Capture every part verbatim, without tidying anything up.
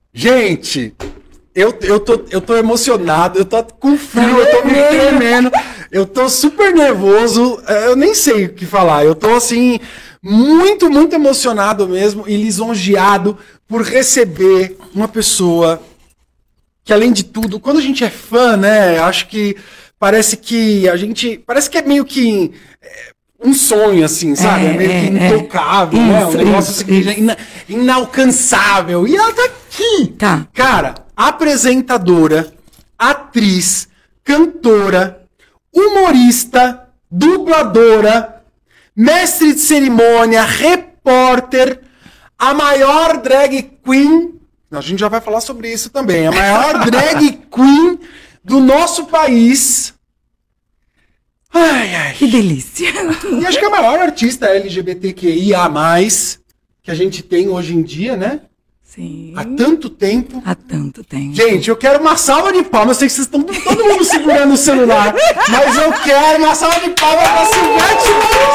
Gente, eu, eu, tô, eu tô emocionado, eu tô com frio, eu tô me tremendo, eu tô super nervoso, eu nem sei o que falar. Eu tô assim, muito, muito emocionado mesmo e lisonjeado por receber uma pessoa que, além de tudo, quando a gente é fã, né, acho que parece que a gente, parece que é meio que é, um sonho, assim, sabe? É, é meio que intocável, é, né? Um negócio isso, assim, isso. Ina, inalcançável. E ela tá aqui. Tá. Cara, apresentadora, atriz, cantora, humorista, dubladora, mestre de cerimônia, repórter, a maior drag queen, a gente já vai falar sobre isso também, a maior drag queen do nosso país. Ai, ai. Que delícia. E acho que é a maior artista L G B T Q I A mais, que a gente tem hoje em dia, né? Sim. Há tanto tempo. Há tanto tempo. Gente, eu quero uma salva de palmas. Eu sei que vocês estão todo mundo segurando o celular, mas eu quero uma salva de palmas pra Silvete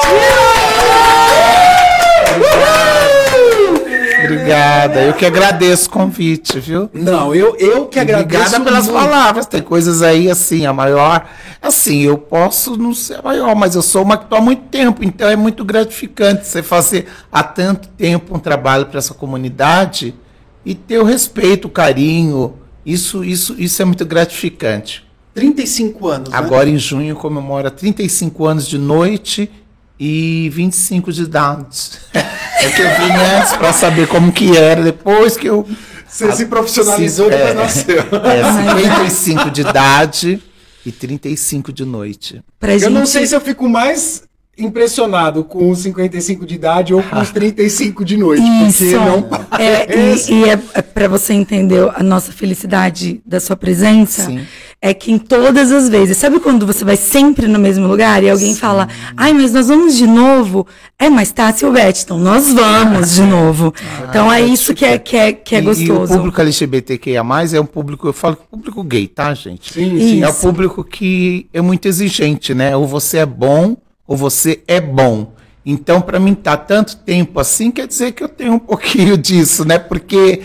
Montilla! Obrigada, eu que agradeço o convite, viu? Não, eu, eu que agradeço. Obrigada pelas muito. palavras, tem coisas aí assim, a maior, assim, eu posso não ser a maior, mas eu sou uma que estou há muito tempo, então é muito gratificante você fazer há tanto tempo um trabalho para essa comunidade e ter o respeito, o carinho, isso, isso, isso é muito gratificante. trinta e cinco anos, né? Agora em junho comemora trinta e cinco anos de noite e vinte e cinco de idade. É que eu vim antes para saber como que era, depois que eu... Você a, se profissionalizou e é, nasceu. É, cinquenta e cinco de idade e trinta e cinco de noite. Pra eu gente... não sei se eu fico mais impressionado com os cinquenta e cinco de idade ou com os trinta e cinco de noite. Isso. Porque não é, e, e é, é para você entender a nossa felicidade da sua presença. Sim. É que em todas as vezes, sabe quando você vai sempre no mesmo lugar e alguém Sim. fala, ai, mas nós vamos de novo? É, mas tá, Silvete, então nós vamos de novo. Ah, então é isso que é, que é, que é e, gostoso. E o público L G B T Q I A mais, é um público, eu falo público gay, tá, gente? Sim, sim. É um público que é muito exigente, né? Ou você é bom, ou você é bom. Então, para mim, tá tanto tempo assim, quer dizer que eu tenho um pouquinho disso, né? Porque,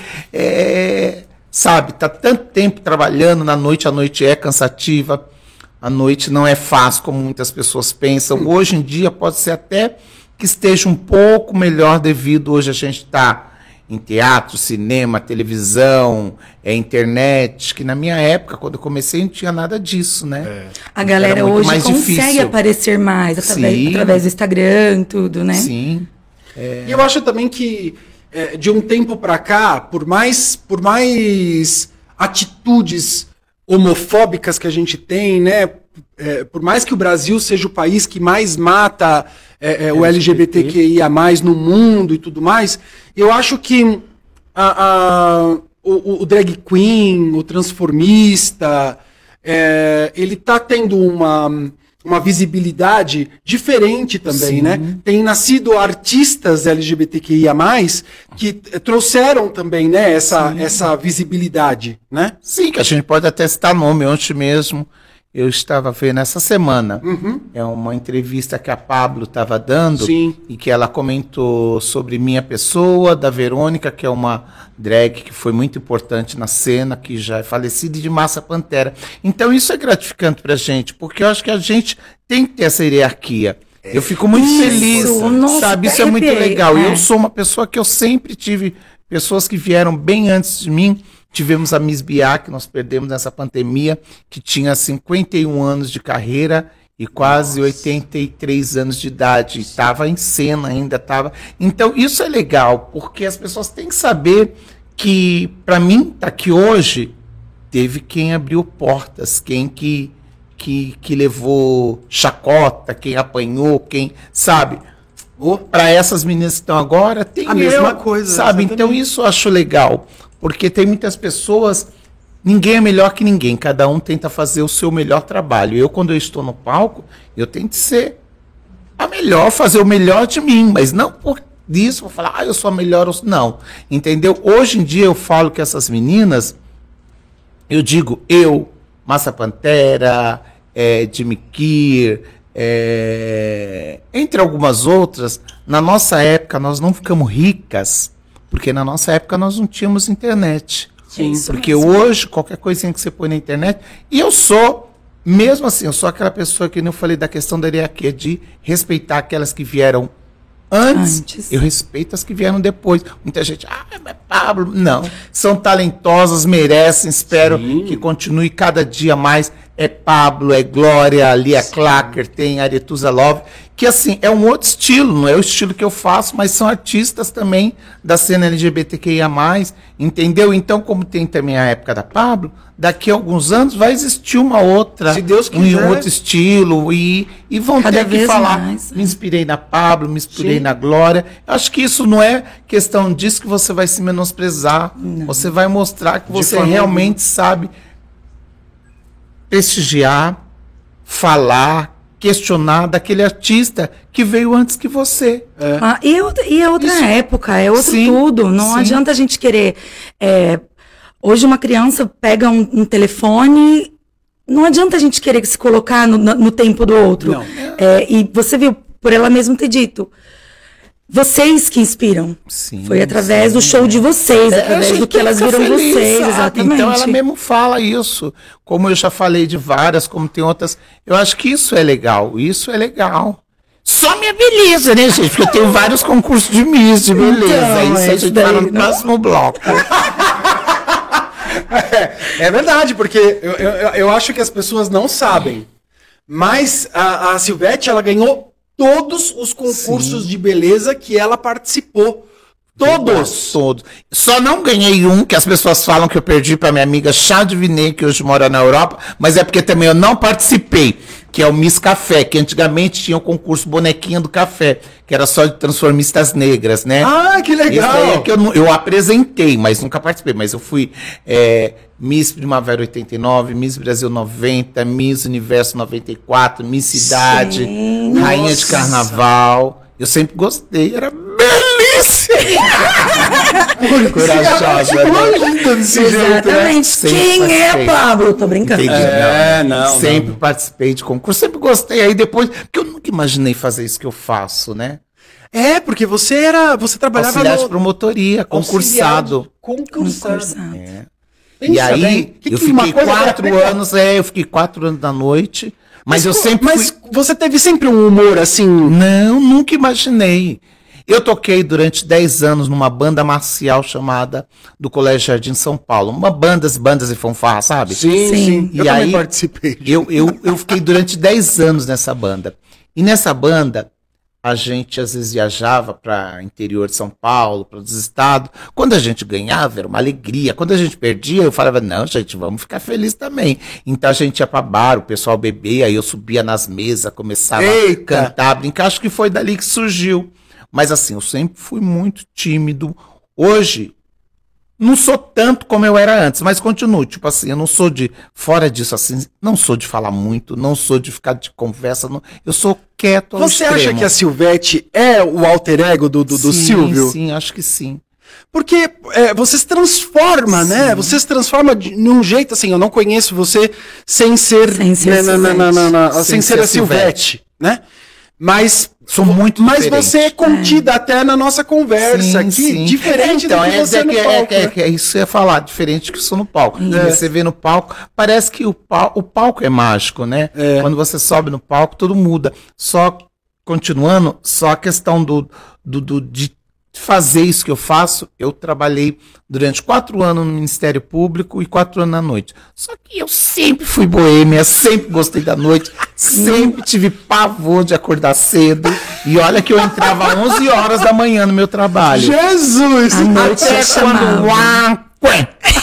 é, sabe, tá tanto tempo trabalhando, na noite, a noite é cansativa, a noite não é fácil, como muitas pessoas pensam. Hoje em dia, pode ser até que esteja um pouco melhor devido, hoje a gente está em teatro, cinema, televisão, é, internet, que na minha época, quando eu comecei, não tinha nada disso, né? É. A galera hoje consegue difícil. aparecer mais, através, através do Instagram, tudo, né? Sim. É. E eu acho também que, é, de um tempo para cá, por mais, por mais atitudes homofóbicas que a gente tem, né? É, por mais que o Brasil seja o país que mais mata é, é, o L G B T Q I A mais no mundo e tudo mais, eu acho que a, a, o, o drag queen, o transformista, é, ele está tendo uma, uma visibilidade diferente também, Sim. né? Tem nascido artistas L G B T Q I A mais, que trouxeram também, né, essa, essa visibilidade, né? Sim, que a gente pode até citar nome. Ontem mesmo eu estava vendo essa semana, uhum. é uma entrevista que a Pablo estava dando, Sim. e que ela comentou sobre minha pessoa, da Verônica, que é uma drag que foi muito importante na cena, que já é falecida, e de Massa Pantera. Então isso é gratificante pra gente, porque eu acho que a gente tem que ter essa hierarquia. É. Eu fico muito isso, feliz, nossa, sabe? Isso é muito legal. É. Eu sou uma pessoa que eu sempre tive pessoas que vieram bem antes de mim. Tivemos a Miss Biá, que nós perdemos nessa pandemia, que tinha cinquenta e um anos de carreira e quase Nossa. oitenta e três anos de idade. Estava em cena ainda, estava. Então, isso é legal, porque as pessoas têm que saber que, para mim, tá aqui hoje, teve quem abriu portas, quem que, que, que levou chacota, quem apanhou, quem, sabe? Para essas meninas que estão agora, tem a eu, mesma coisa, sabe? Exatamente. Então, isso eu acho legal. Porque tem muitas pessoas, ninguém é melhor que ninguém, cada um tenta fazer o seu melhor trabalho. Eu, quando eu estou no palco, eu tento ser a melhor, fazer o melhor de mim, mas não por isso, vou falar, ah, eu sou a melhor, não, entendeu? Hoje em dia eu falo que essas meninas, eu digo, eu, Massa Pantera, é, Jimmy Kier, é, entre algumas outras, na nossa época nós não ficamos ricas, porque na nossa época nós não tínhamos internet. Sim, porque mesmo. Hoje, qualquer coisinha que você põe na internet, e eu sou, mesmo assim, eu sou aquela pessoa que eu falei da questão da hierarquia, de respeitar aquelas que vieram antes, antes, eu respeito as que vieram depois. Muita gente, ah, mas Pablo, não, são talentosas, merecem, espero Sim. que continue cada dia mais. É Pablo, é Glória, Lia Clacker, tem Aretusa Love, que assim, é um outro estilo, não é o estilo que eu faço, mas são artistas também da cena L G B T Q I A mais, entendeu? Então, como tem também a época da Pablo, daqui a alguns anos vai existir uma outra, Se Deus quiser. um outro estilo, e, e vão Cada ter que falar, mais, me inspirei na Pablo, me inspirei Sim. na Glória. Eu acho que isso não é questão disso que você vai se menosprezar, não. Você vai mostrar que você realmente sabe prestigiar, falar, questionar daquele artista que veio antes que você. É. Ah, e, outra, e é outra Isso. época, é outro Sim. tudo. Não Sim. adianta a gente querer... É, hoje uma criança pega um, um telefone... Não adianta a gente querer se colocar no, no tempo do outro. Não. É, e você viu, por ela mesma ter dito... Vocês que inspiram. Sim, Foi através sim, do show é. de vocês, é, através do que elas viram feliz, vocês, sabe? Exatamente. Então ela mesmo fala isso. Como eu já falei de várias, como tem outras. Eu acho que isso é legal. Isso é legal. Só minha beleza, né, gente? Porque eu tenho vários concursos de Miss, de beleza. Então, isso a gente vai no não. próximo bloco. é, é verdade, porque eu, eu, eu acho que as pessoas não sabem. Mas a, a Silvete, ela ganhou todos os concursos Sim. de beleza que ela participou. Todos. Todos. Só não ganhei um, que as pessoas falam que eu perdi para minha amiga Chad Vinet, que hoje mora na Europa, mas é porque também eu não participei, que é o Miss Café, que antigamente tinha o concurso Bonequinha do Café, que era só de transformistas negras, né? Ah, que legal! Esse é que eu, eu apresentei, mas nunca participei, mas eu fui é, Miss Primavera oitenta e nove, Miss Brasil noventa, Miss Universo noventa e quatro, Miss Cidade, Sim. Rainha Nossa. de Carnaval. Eu sempre gostei, era belíssima! Corajosa, né? Exatamente. Quem é Pablo? Tô brincando. Entendi, é, não. não sempre não. participei de concurso, sempre gostei. Aí depois, porque eu nunca imaginei fazer isso que eu faço, né? É, porque você era, você trabalhava auxiliar no... de promotoria, concursado. Concursado. concursado. É. E aí, que eu que fiquei quatro anos, é, eu fiquei quatro anos da noite. Mas, mas eu sempre Mas fui... você teve sempre um humor assim? Não, nunca imaginei. Eu toquei durante dez anos numa banda marcial chamada do Colégio Jardim São Paulo. Uma banda, bandas e fanfarra, sabe? Sim, sim. sim. E eu aí, também participei. Eu, eu, eu fiquei durante dez anos nessa banda. E nessa banda, a gente às vezes viajava para interior de São Paulo, para os estados. Quando a gente ganhava, era uma alegria. Quando a gente perdia, eu falava, não, gente, vamos ficar felizes também. Então a gente ia para bar, o pessoal bebia, aí eu subia nas mesas, começava Eita. a cantar, brincar. Acho que foi dali que surgiu. Mas assim, eu sempre fui muito tímido. Hoje, não sou tanto como eu era antes, mas continuo. Tipo assim, eu não sou de, fora disso assim, não sou de falar muito, não sou de ficar de conversa, não, eu sou quieto ao Você extremo. acha que a Silvete é o alter ego do, do, do sim, Silvio? Sim, acho que sim. Porque é, você se transforma, sim. né? Você se transforma de um jeito assim, eu não conheço você sem ser, sem ser, na, na, na, na, na, sem sem ser, ser a Silvete, Silvete, né? Mas, sou muito mas diferente. você é contida é. até na nossa conversa sim, aqui, sim. diferente então, do que é, você é, no é, palco. É, né? é, é isso que eu ia falar, diferente que eu sou no palco. É. Você vê no palco, parece que o, pal, o palco é mágico, né? É. Quando você sobe no palco, tudo muda. Só, continuando, só a questão do, do, do, de fazer isso que eu faço, eu trabalhei durante quatro anos no Ministério Público e quatro anos na noite. Só que eu sempre fui boêmia, sempre gostei da noite, sempre tive pavor de acordar cedo. E olha que eu entrava às onze horas da manhã no meu trabalho. Jesus! A noite até quando,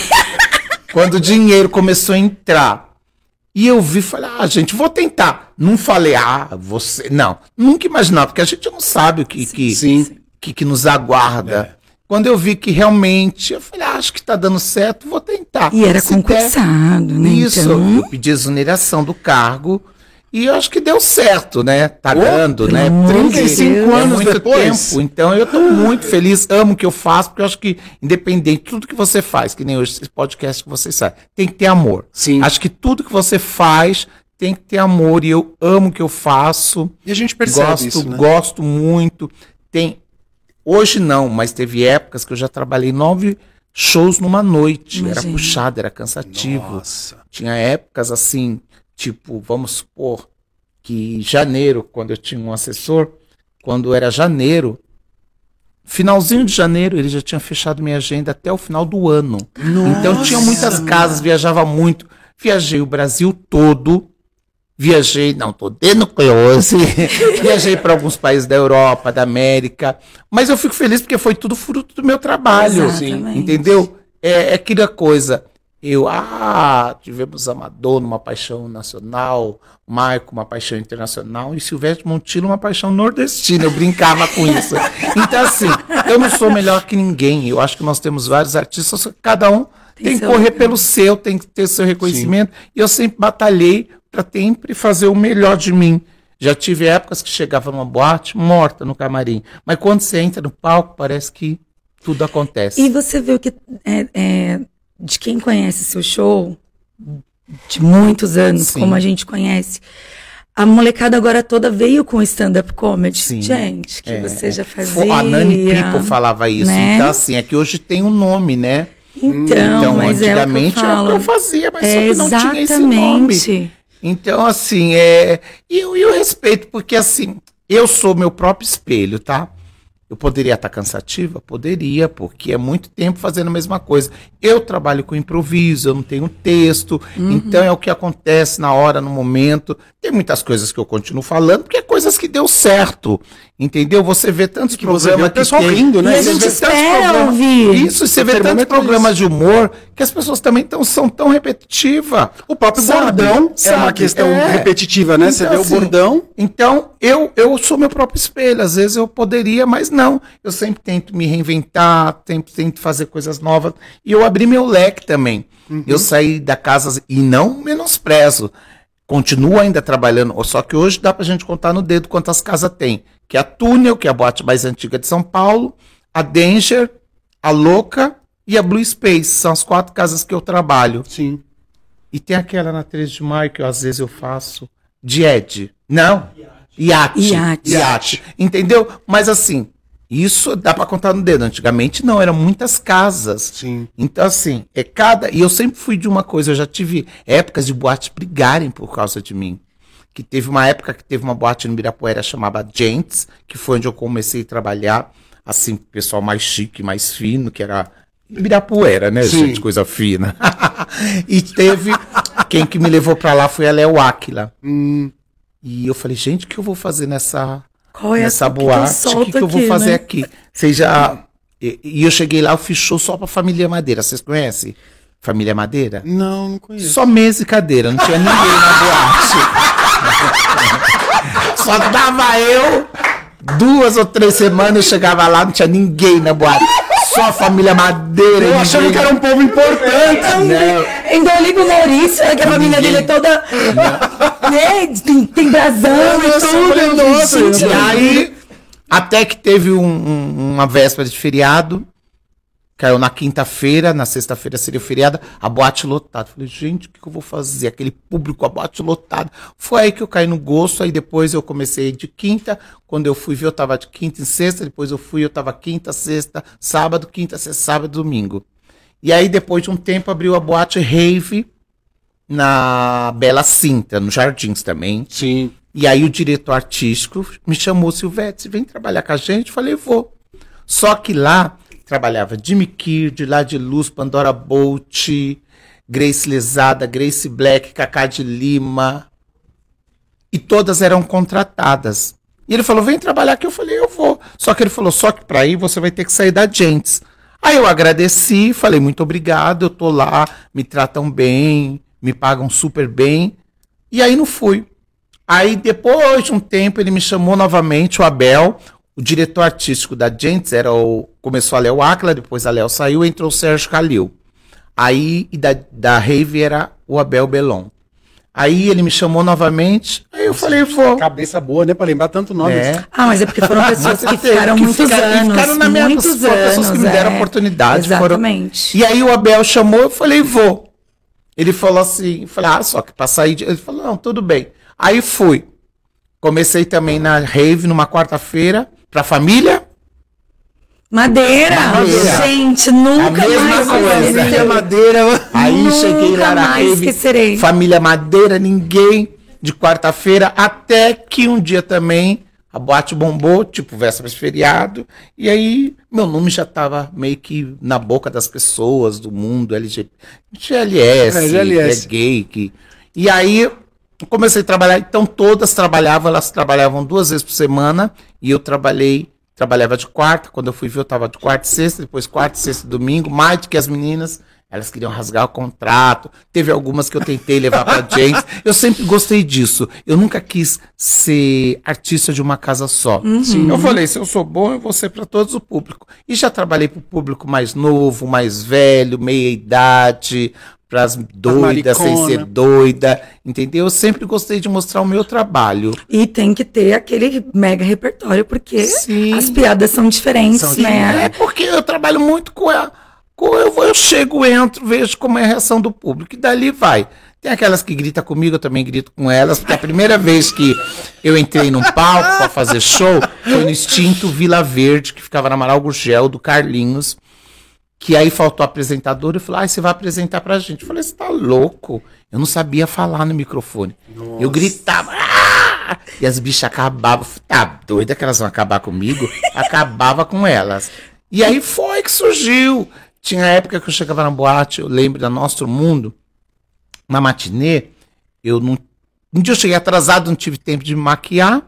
quando o dinheiro começou a entrar. E eu vi e falei, ah, gente, vou tentar. Não falei, ah, você... Não, nunca imaginava, porque a gente não sabe o que... que Sim. Que, que nos aguarda. É. Quando eu vi que realmente, eu falei, ah, acho que tá dando certo, vou tentar. E era Se concursado, der, né? Isso, então... eu pedi exoneração do cargo e eu acho que deu certo, né? Tá oh, dando, né? trinta e cinco anos é muito depois. Tempo, então eu tô muito feliz, amo o que eu faço, porque eu acho que, independente de tudo que você faz, que nem hoje esse podcast que vocês sabem, tem que ter amor. Sim. Acho que tudo que você faz tem que ter amor e eu amo o que eu faço. E a gente percebe gosto, isso, né? Gosto muito. Tem... Hoje não, mas teve épocas que eu já trabalhei nove, shows numa noite. Imagina. Era puxado, era cansativo. Nossa. Tinha épocas assim, tipo, vamos supor que janeiro, quando eu tinha um assessor, quando era janeiro, finalzinho de janeiro, ele já tinha fechado minha agenda até o final do ano. Nossa. Então tinha muitas casas, viajava muito. Viajei o Brasil todo. Viajei, não, tô dando close. Viajei para alguns países da Europa, da América. Mas eu fico feliz porque foi tudo fruto do meu trabalho. Exatamente. Entendeu? É, é aquela coisa. Eu, ah, tivemos Amador numa paixão nacional, Marco uma paixão internacional e Silvestre Montilo uma paixão nordestina. Eu brincava com isso. Então, assim, eu não sou melhor que ninguém. Eu acho que nós temos vários artistas, cada um tem, tem que correr pelo seu, tem que ter seu reconhecimento. Sim. E eu sempre batalhei para sempre fazer o melhor de mim. Já tive épocas que chegava numa boate morta no camarim. Mas quando você entra no palco, parece que tudo acontece. E você vê o que... É, é, de quem conhece seu show, de muitos anos, Sim. como a gente conhece, a molecada agora toda veio com stand-up comedy. Sim. Gente, que é, você já fazia. A Nani People falava isso. Né? Então, assim, é que hoje tem um nome, né? Então, então mas antigamente é o que eu, falo. eu fazia, mas é, só que não exatamente. tinha esse nome. Então, assim, é... E eu, eu respeito, porque, assim, eu sou meu próprio espelho, tá? Eu poderia estar cansativa? Poderia, porque é muito tempo fazendo a mesma coisa. Eu trabalho com improviso, eu não tenho texto, uhum. então é o que acontece na hora, no momento. Tem muitas coisas que eu continuo falando, porque é coisas que deu certo, entendeu? Você vê tantos que programas... Você vê o pessoal que rindo, né? E a você gente vê espera ouvir. Isso, você vê tantos programas de humor que as pessoas também tão, são tão repetitivas. O próprio sabe? bordão sabe? é uma questão é. repetitiva, né? Então, você vê assim, o bordão... Então, eu, eu sou meu próprio espelho. Às vezes eu poderia, mas não. Eu sempre tento me reinventar, sempre tento fazer coisas novas. E eu abri meu leque também. Uhum. Eu saí da casa e não menosprezo. Continuo ainda trabalhando, só que hoje dá pra gente contar no dedo quantas casas tem. Que é a Túnel, que é a boate mais antiga de São Paulo, a Danger, a Louca e a Blue Space. São as quatro casas que eu trabalho. Sim. E tem aquela na treze de maio que eu, às vezes eu faço de Ed. Não? Iate. Iate. Iate. Entendeu? Mas assim, isso dá pra contar no dedo. Antigamente não, eram muitas casas. Sim. Então assim, é cada... E eu sempre fui de uma coisa, eu já tive épocas de boate brigarem por causa de mim. Que teve uma época que teve uma boate no Ibirapuera chamada Gents, que foi onde eu comecei a trabalhar, assim, pessoal mais chique, mais fino, que era Ibirapuera, né, Sim. gente, coisa fina. E teve, quem que me levou pra lá foi a Léo Áquila. Hum. E eu falei, gente, o que eu vou fazer nessa, Qual é nessa a boate? O que, que eu vou aqui, fazer né? aqui? Vocês já... E, e eu cheguei lá, eu fiz show só pra Família Madeira, vocês conhecem? Família Madeira? Não, não conheço. Só mesa e cadeira, não tinha ninguém na boate. Só dava eu, duas ou três semanas eu chegava lá, não tinha ninguém na boate. Só a Família Madeira. Eu achando que era um povo importante. Não. Ainda eu ligo o Maurício, que a família dele é toda. Né? Tem, tem brasão e tudo. Nossa, gente, e aí, até que teve um, um, uma véspera de feriado. Caiu na quinta-feira, na sexta-feira seria feriado, a boate lotada. Falei, gente, o que, que eu vou fazer? Aquele público, a boate lotada. Foi aí que eu caí no gosto, aí depois eu comecei de quinta, quando eu fui ver eu tava de quinta em sexta, depois eu fui, eu tava quinta, sexta, sábado, quinta, sexta, sábado, domingo. E aí depois de um tempo abriu a boate Rave na Bela Cinta, no Jardins também. Sim. E aí o diretor artístico me chamou, Silvete, vem trabalhar com a gente? Falei, vou. Só que lá... Trabalhava Jimmy Kirk, Lá de Luz, Pandora Bolt, Grace Lesada, Grace Black, Cacá de Lima. E todas eram contratadas. E ele falou, vem trabalhar aqui. Eu falei, eu vou. Só que ele falou, só que pra ir você vai ter que sair da Gents. Aí eu agradeci, falei, muito obrigado, eu tô lá, me tratam bem, me pagam super bem. E aí não fui. Aí depois de um tempo ele me chamou novamente, o Abel... O diretor artístico da Gents era o... Começou a Léo Áquila, depois a Léo saiu, entrou o Sérgio Calil. Aí, e da, da Rave era o Abel Belon. Aí ele me chamou novamente, aí eu Nossa, falei, vou. Cabeça boa, né, pra lembrar tanto nome. É. Ah, mas é porque foram pessoas que teve, ficaram que muitos ficaram, anos. Ficaram na minha muitos foram anos, pessoas que me deram é. oportunidade. Exatamente. Foram... E aí o Abel chamou, eu falei, vou. Ele falou assim, eu falei, ah, só que pra sair... De... Ele falou, não, tudo bem. Aí fui. Comecei também na Rave, numa quarta-feira, pra família. Madeira. Madeira. Gente, nunca A mesma mais coisa. esquecerei. Família Madeira. Aí Nunca cheguei lá na mais rave, esquecerei. família Madeira, ninguém, de quarta-feira, até que um dia também a boate bombou, tipo véspera de feriado, e aí meu nome já tava meio que na boca das pessoas do mundo L G G L S, É, G L S. é gay, que... e aí eu comecei a trabalhar, então todas trabalhavam, elas trabalhavam duas vezes por semana, e eu trabalhei, trabalhava de quarta, quando eu fui ver eu tava de quarta e sexta, depois quarta, sexta e domingo, mais do que as meninas. Elas queriam rasgar o contrato. Teve algumas que eu tentei levar pra gente. Eu sempre gostei disso. Eu nunca quis ser artista de uma casa só. Uhum. Eu falei, se eu sou bom, eu vou ser para todos o público. E já trabalhei pro público mais novo, mais velho, meia idade, pras doidas, sem maricona. ser doida. Entendeu? Eu sempre gostei de mostrar o meu trabalho. E tem que ter aquele mega repertório, porque Sim. as piadas são diferentes, São né? É porque eu trabalho muito com a. com- Eu, vou- eu chego, entro, vejo como é a reação do público, e dali vai. Tem aquelas que gritam comigo, eu também grito com elas, porque a primeira vez que eu entrei num palco para fazer show foi no extinto Vila Verde, que ficava na Amaral Gurgel, do Carlinhos, que aí faltou apresentador e falou: ah, você vai apresentar pra gente. Eu falei, você tá louco? Eu não sabia falar no microfone. Eu gritava, "Ah!" E as bichas acabavam. Eu falei, tá doida que elas vão acabar comigo? Acabava com elas. E aí foi que surgiu. Tinha época que eu chegava na boate, eu lembro da Nosso Mundo, na matinê, eu não. Um dia eu cheguei atrasado, não tive tempo de me maquiar.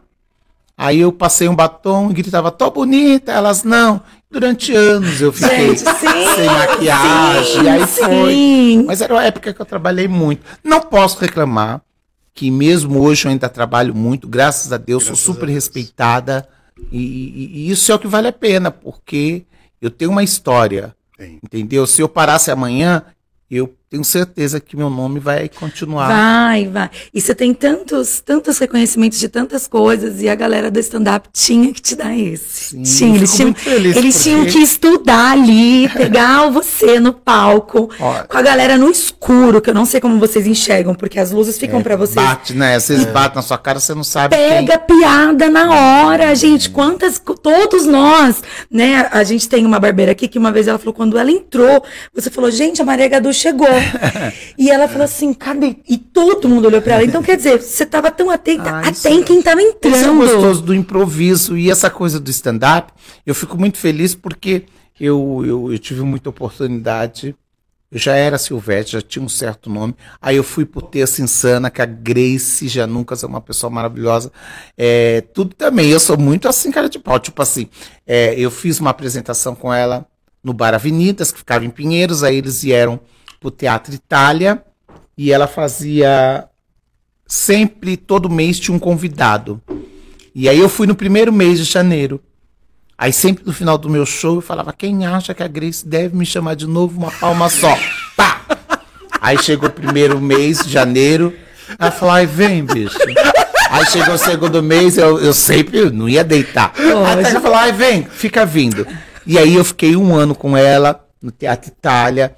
Aí eu passei um batom e gritava, tô bonita, elas não. Durante anos eu fiquei Gente, sim, sem maquiagem, sim, aí sim. foi. Mas era uma época que eu trabalhei muito. Não posso reclamar, que mesmo hoje eu ainda trabalho muito, graças a Deus, Graças sou super a Deus. respeitada. E, e- e isso é o que vale a pena, porque eu tenho uma história, Tem. entendeu? Se eu parasse amanhã, eu tenho certeza que meu nome vai continuar. Vai, vai. E você tem tantos, tantos reconhecimentos de tantas coisas, e a galera do stand-up tinha que te dar esse. Sim, tinha, eu eles fico tinham, muito feliz eles porque- tinham que estudar ali, pegar você no palco, Olha. com a galera no escuro, que eu não sei como vocês enxergam, porque as luzes ficam pra vocês. Bate, né? Às vezes bate na sua cara, você não sabe Pega piada na hora, gente. Quantas, todos nós, né? A gente tem uma barbeira aqui que uma vez ela falou, quando ela entrou, você falou, gente, a Maria Gadu chegou. E ela falou assim, cadê? E todo mundo olhou pra ela. Então, quer dizer, você tava tão atenta Ah, até isso em é- quem tava Isso é entrando. gostoso do improviso e essa coisa do stand-up. Eu fico muito feliz porque eu, eu, eu tive muita oportunidade. Eu já era Silvete, já tinha um certo nome. Aí eu fui pro Terça Insana, que a Grace Janucas é uma pessoa maravilhosa. É, tudo também. Eu sou muito assim, cara de pau. Tipo assim, é, eu fiz uma apresentação com ela no Bar Avenidas, que ficava em Pinheiros. Aí eles vieram pro Teatro Itália e ela fazia. Sempre, todo mês, tinha um convidado. E aí eu fui no primeiro mês de janeiro. Aí sempre no final do meu show eu falava, quem acha que a Grace deve me chamar de novo, uma palma só. Pá! Aí chegou o primeiro mês de janeiro, ela falou, ai vem, bicho. Aí chegou o segundo mês, eu, eu sempre não ia deitar. Até que ela falou, ai vem, fica vindo. E aí eu fiquei um ano com ela no Teatro Itália.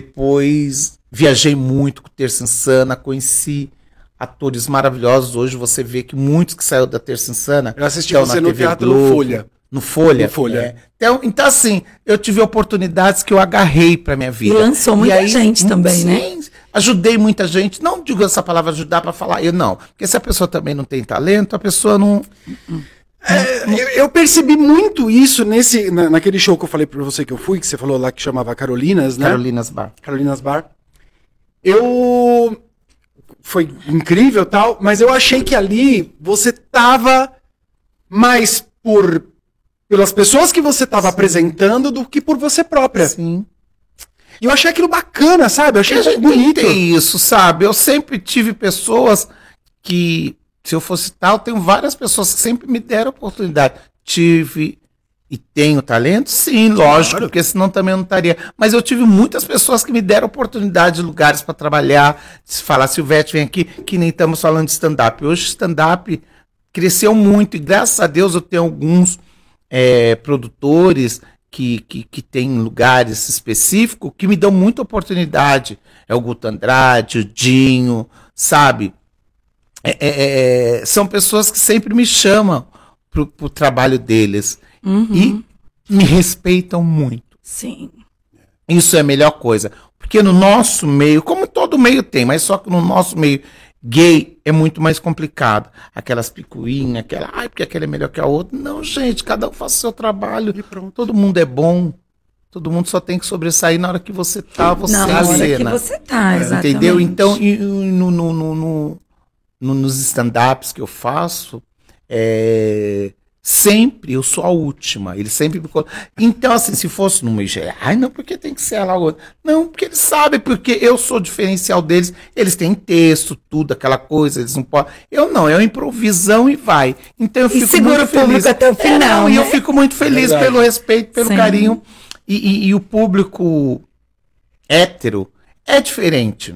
Depois viajei muito com Terça Insana, conheci atores maravilhosos. Hoje você vê que muitos que saíram da Terça Insana Eu assisti estão você na no T V Teatro Globo, Folha. No Folha. No Folha. é. Então, então, assim, eu tive oportunidades que eu agarrei pra minha vida. E lançou muita gente também, né? sim, ajudei muita gente. Não digo essa palavra ajudar pra falar, eu não. Porque se a pessoa também não tem talento, a pessoa não... É, eu, eu percebi muito isso nesse, na- naquele show que eu falei pra você que eu fui, que você falou lá que chamava Carolinas, né? Carolinas Bar. Carolinas Bar. Eu. Foi incrível e tal, mas eu achei que ali você tava mais por. Pelas pessoas que você tava apresentando do que por você própria. Sim. E eu achei aquilo bacana, sabe? Eu achei Eu já bonito. tentei isso, sabe? Eu sempre tive pessoas que, se eu fosse tal, tenho várias pessoas que sempre me deram oportunidade. Tive e tenho talento? Sim, lógico, Claro. porque senão também eu não estaria. Mas eu tive muitas pessoas que me deram oportunidade de lugares para trabalhar. Se falar, Silvete, vem aqui, que nem estamos falando de stand-up. Hoje stand-up cresceu muito e graças a Deus eu tenho alguns é, produtores que, que, que têm lugares específicos que me dão muita oportunidade. É o Guto Andrade, o Dinho, sabe? É, é, é, são pessoas que sempre me chamam pro, pro trabalho deles. Uhum. E me respeitam muito. Sim. Isso é a melhor coisa. Porque no nosso meio, como todo meio tem, mas só que no nosso meio gay é muito mais complicado. Aquelas picuinhas, aquela, ai, porque aquela é melhor que a outra. Não, gente, cada um faz o seu trabalho. E pronto. Todo mundo é bom. Todo mundo só tem que sobressair na hora que você tá, você na é hora cena. que você tá, exatamente. Entendeu? Então, e, no, no, no, no, no, nos stand-ups que eu faço, é... sempre eu sou a última. Ele sempre me colocam. Então, assim, se fosse no meio geral, ai, não, porque tem que ser ela ou outra. Não, porque eles sabem, porque eu sou o diferencial deles. Eles têm texto, tudo, aquela coisa, eles não podem. Eu não, é uma improvisão e vai. Então eu fico e segura muito o público feliz. até o final. É, não, né? E eu fico muito feliz Verdade. pelo respeito, pelo Sim. carinho. E, e, e o público hétero é diferente.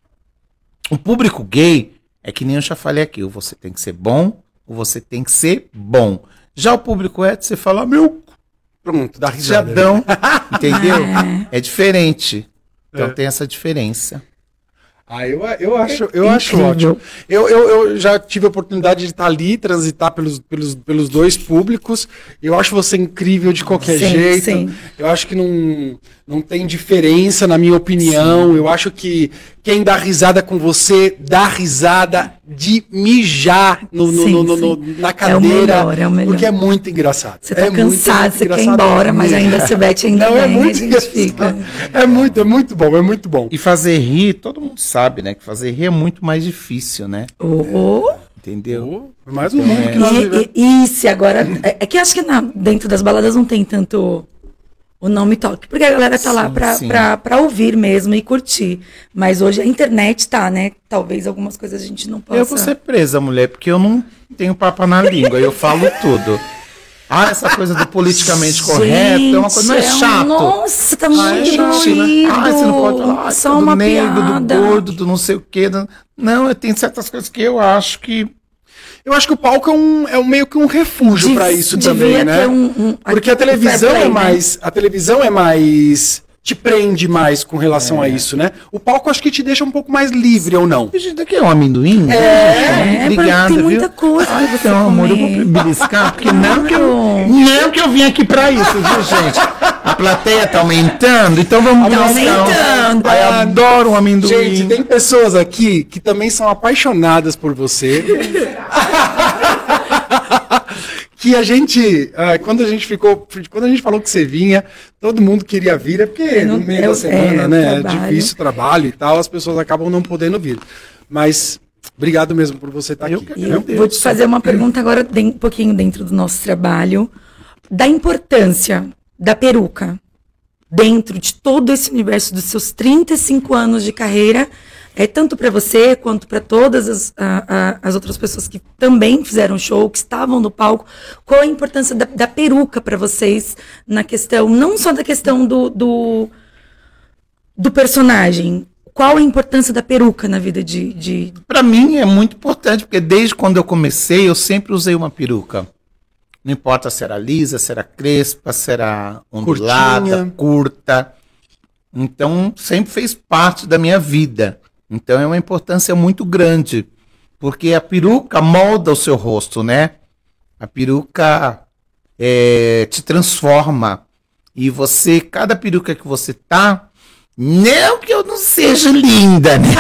O público gay é que nem eu já falei aqui, ou você tem que ser bom, ou você tem que ser bom. Já o público hétero, você fala, meu, pronto, dá risada. Jadão, entendeu? É, é diferente. Então é. tem essa diferença. Ah, eu, eu acho, eu acho ótimo. Eu, eu, eu já tive a oportunidade de estar ali, transitar pelos, pelos, pelos dois públicos. Eu acho você incrível de qualquer sim, jeito. Sim. Eu acho que não, não tem diferença, na minha opinião. Sim. Eu acho que quem dá risada com você, dá risada de mijar no, no, sim, no, no, no, na cadeira. É o melhor, é o melhor. Porque é muito engraçado. Você tá é cansado, muito, você muito quer ir embora, mas ainda se bete ainda não, bem, é muito a gente fica. É muito, é muito bom, é muito bom. E fazer rir, todo mundo sabe, né? Que fazer rir é muito mais difícil, né? Oh. Entendeu? Oh, mais um mundo é. que nós vivemos. Isso, agora, é, é que acho que na, dentro das baladas não tem tanto o não me toque, porque a galera tá sim, lá pra, pra, pra ouvir mesmo e curtir. Mas hoje a internet tá, né? Talvez algumas coisas a gente não possa... Eu vou ser presa, mulher, porque eu não tenho papo na língua, eu falo tudo. Ah, essa coisa do politicamente correto é uma coisa mais é um, chata. Nossa, tá muito ah, é chato, né? Ah, você não pode falar só do uma negro, piada. do gordo, do não sei o quê. Do... Não, tem certas coisas que eu acho que... Eu acho que o palco é, um, é um meio que um refúgio para isso também, né? Um, um, Porque a televisão play, é mais... Né? A televisão é mais... te prende mais com relação é. a isso, né? O palco acho que te deixa um pouco mais livre ou não. Isso daqui é um amendoim? É, é obrigada, tem muita viu? coisa. Ai, você é um amor, eu vou beliscar, porque não que, eu, não que eu vim aqui pra isso, viu, gente? A plateia tá aumentando, então vamos tá aumentando. Ai, eu adoro um amendoim. Gente, tem pessoas aqui que também são apaixonadas por você. Que a gente, ah, quando a gente ficou, quando a gente falou que você vinha, todo mundo queria vir, é porque não, no meio eu, da semana, é, né, trabalho. é difícil o trabalho e tal, as pessoas acabam não podendo vir. Mas, obrigado mesmo por você estar eu, aqui. Eu vou te fazer uma pergunta agora, um pouquinho dentro do nosso trabalho, da importância da peruca dentro de todo esse universo dos seus trinta e cinco anos de carreira, é tanto para você quanto para todas as, a, a, as outras pessoas que também fizeram show, que estavam no palco. Qual a importância da, da peruca para vocês na questão, não só da questão do, do, do personagem, qual a importância da peruca na vida de... de... Para mim é muito importante, porque desde quando eu comecei, eu sempre usei uma peruca. Não importa se era lisa, se era crespa, se era ondulada, Curtinha. curta. Então, sempre fez parte da minha vida. Então, é uma importância muito grande. Porque a peruca molda o seu rosto, né? A peruca é, te transforma. E você, cada peruca que você tá, não que eu não seja linda, né?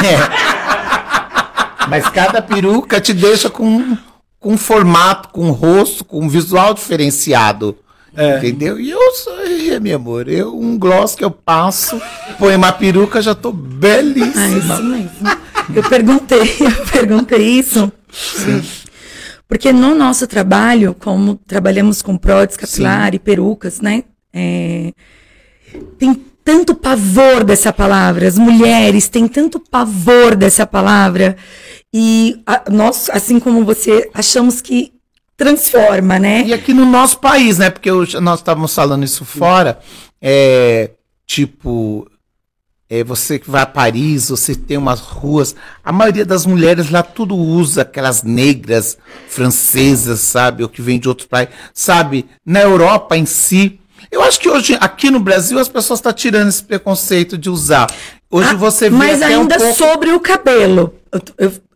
Mas cada peruca te deixa com... com um formato, com um rosto, com um visual diferenciado. É. Entendeu? E eu sou, meu amor, eu, um gloss que eu passo, põe uma peruca, já tô belíssima. É isso mesmo. Eu perguntei, eu perguntei isso. Sim. Porque no nosso trabalho, como trabalhamos com prótese capilar Sim. e perucas, né? É, tem tanto pavor dessa palavra, as mulheres têm tanto pavor dessa palavra. E a, nós, assim como você, achamos que transforma, né? E aqui no nosso país, né? Porque eu, nós estávamos falando isso fora. É, tipo, é, você que vai a Paris, você tem umas ruas. A maioria das mulheres lá tudo usa aquelas negras francesas, sabe? Ou que vem de outros países. Sabe? Na Europa em si. Eu acho que hoje, aqui no Brasil, as pessoas estão tirando esse preconceito de usar. Hoje ah, você vê mas até ainda um pouco... sobre o cabelo. Eu, eu,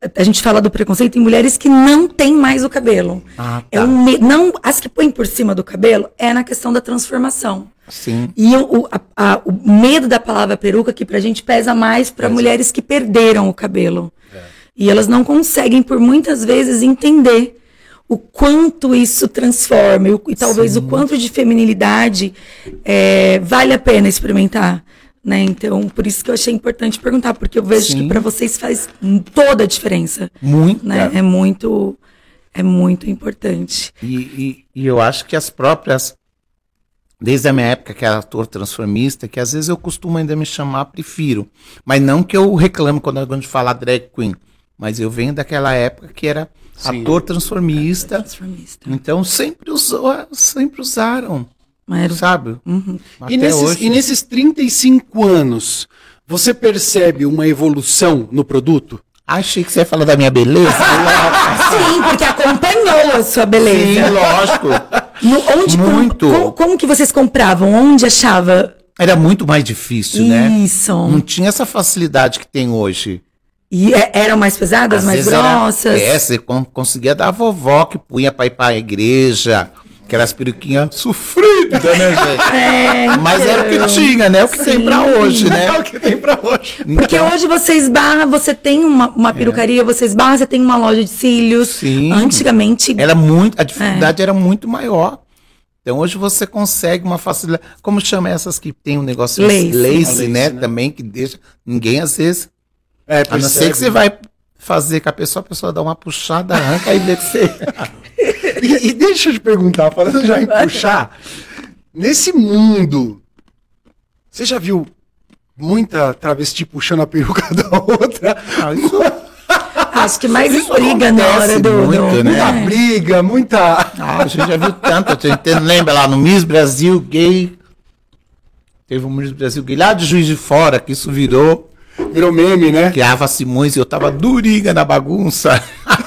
a gente fala do preconceito em mulheres que não têm mais o cabelo. Ah, tá. É um, não, as que põem por cima do cabelo é na questão da transformação. Sim. E o, a, a, o medo da palavra peruca que pra gente pesa mais para mulheres que perderam o cabelo. É. E elas não conseguem, por muitas vezes, entender o quanto isso transforma e, e talvez Sim. o quanto de feminilidade é, vale a pena experimentar. Né? Então, por isso que eu achei importante perguntar, porque eu vejo Sim. que para vocês faz toda a diferença. Muito. Né? É muito, é muito importante. E, e, e eu acho que as próprias, desde a minha época que era ator transformista, que às vezes eu costumo ainda me chamar, prefiro. Mas não que eu reclamo quando a gente fala drag queen, mas eu venho daquela época que era Sim. ator transformista, transformista. Então sempre, usou, sempre usaram. Era... Sabe? Uhum. E, nesses, hoje... e nesses trinta e cinco anos, você percebe uma evolução no produto? Achei que você ia falar da minha beleza. Sim, porque acompanhou a sua beleza. Sim, lógico. No, onde, muito. Como, como, como que vocês compravam? Onde achava? Era muito mais difícil, Isso. né? Isso. Não tinha essa facilidade que tem hoje. E é, eram mais pesadas, Às mais grossas? Era, é, você conseguia dar a vovó que punha pra ir pra igreja. Aquelas peruquinhas sofridas, né, gente? É, Mas era o que tinha, né? O que Sim. tem pra hoje, né? É o que tem pra hoje. Porque então... hoje você esbarra, você tem uma, uma perucaria, é. você esbarra, você tem uma loja de cílios. Sim. Antigamente... Era muito, a dificuldade é. era muito maior. Então hoje você consegue uma facilidade. Como chama essas que tem um negócio lace, lace, lace né? né? Também, que deixa... Ninguém às vezes... É, a não ser que você vai fazer com a pessoa, a pessoa dá uma puxada, arranca e descer. E, e deixa eu te perguntar, falando já em puxar, nesse mundo, você já viu muita travesti puxando a peruca da outra? Ah, isso... Acho que mais isso briga na hora do... Muito, do... né? Muita briga, muita... Ah, a gente já viu tanto, a gente lembra lá no Miss Brasil Gay, teve um Miss Brasil Gay lá de Juiz de Fora, que isso virou... Virou meme, né? Que a Ava Simões e eu tava durinha na bagunça.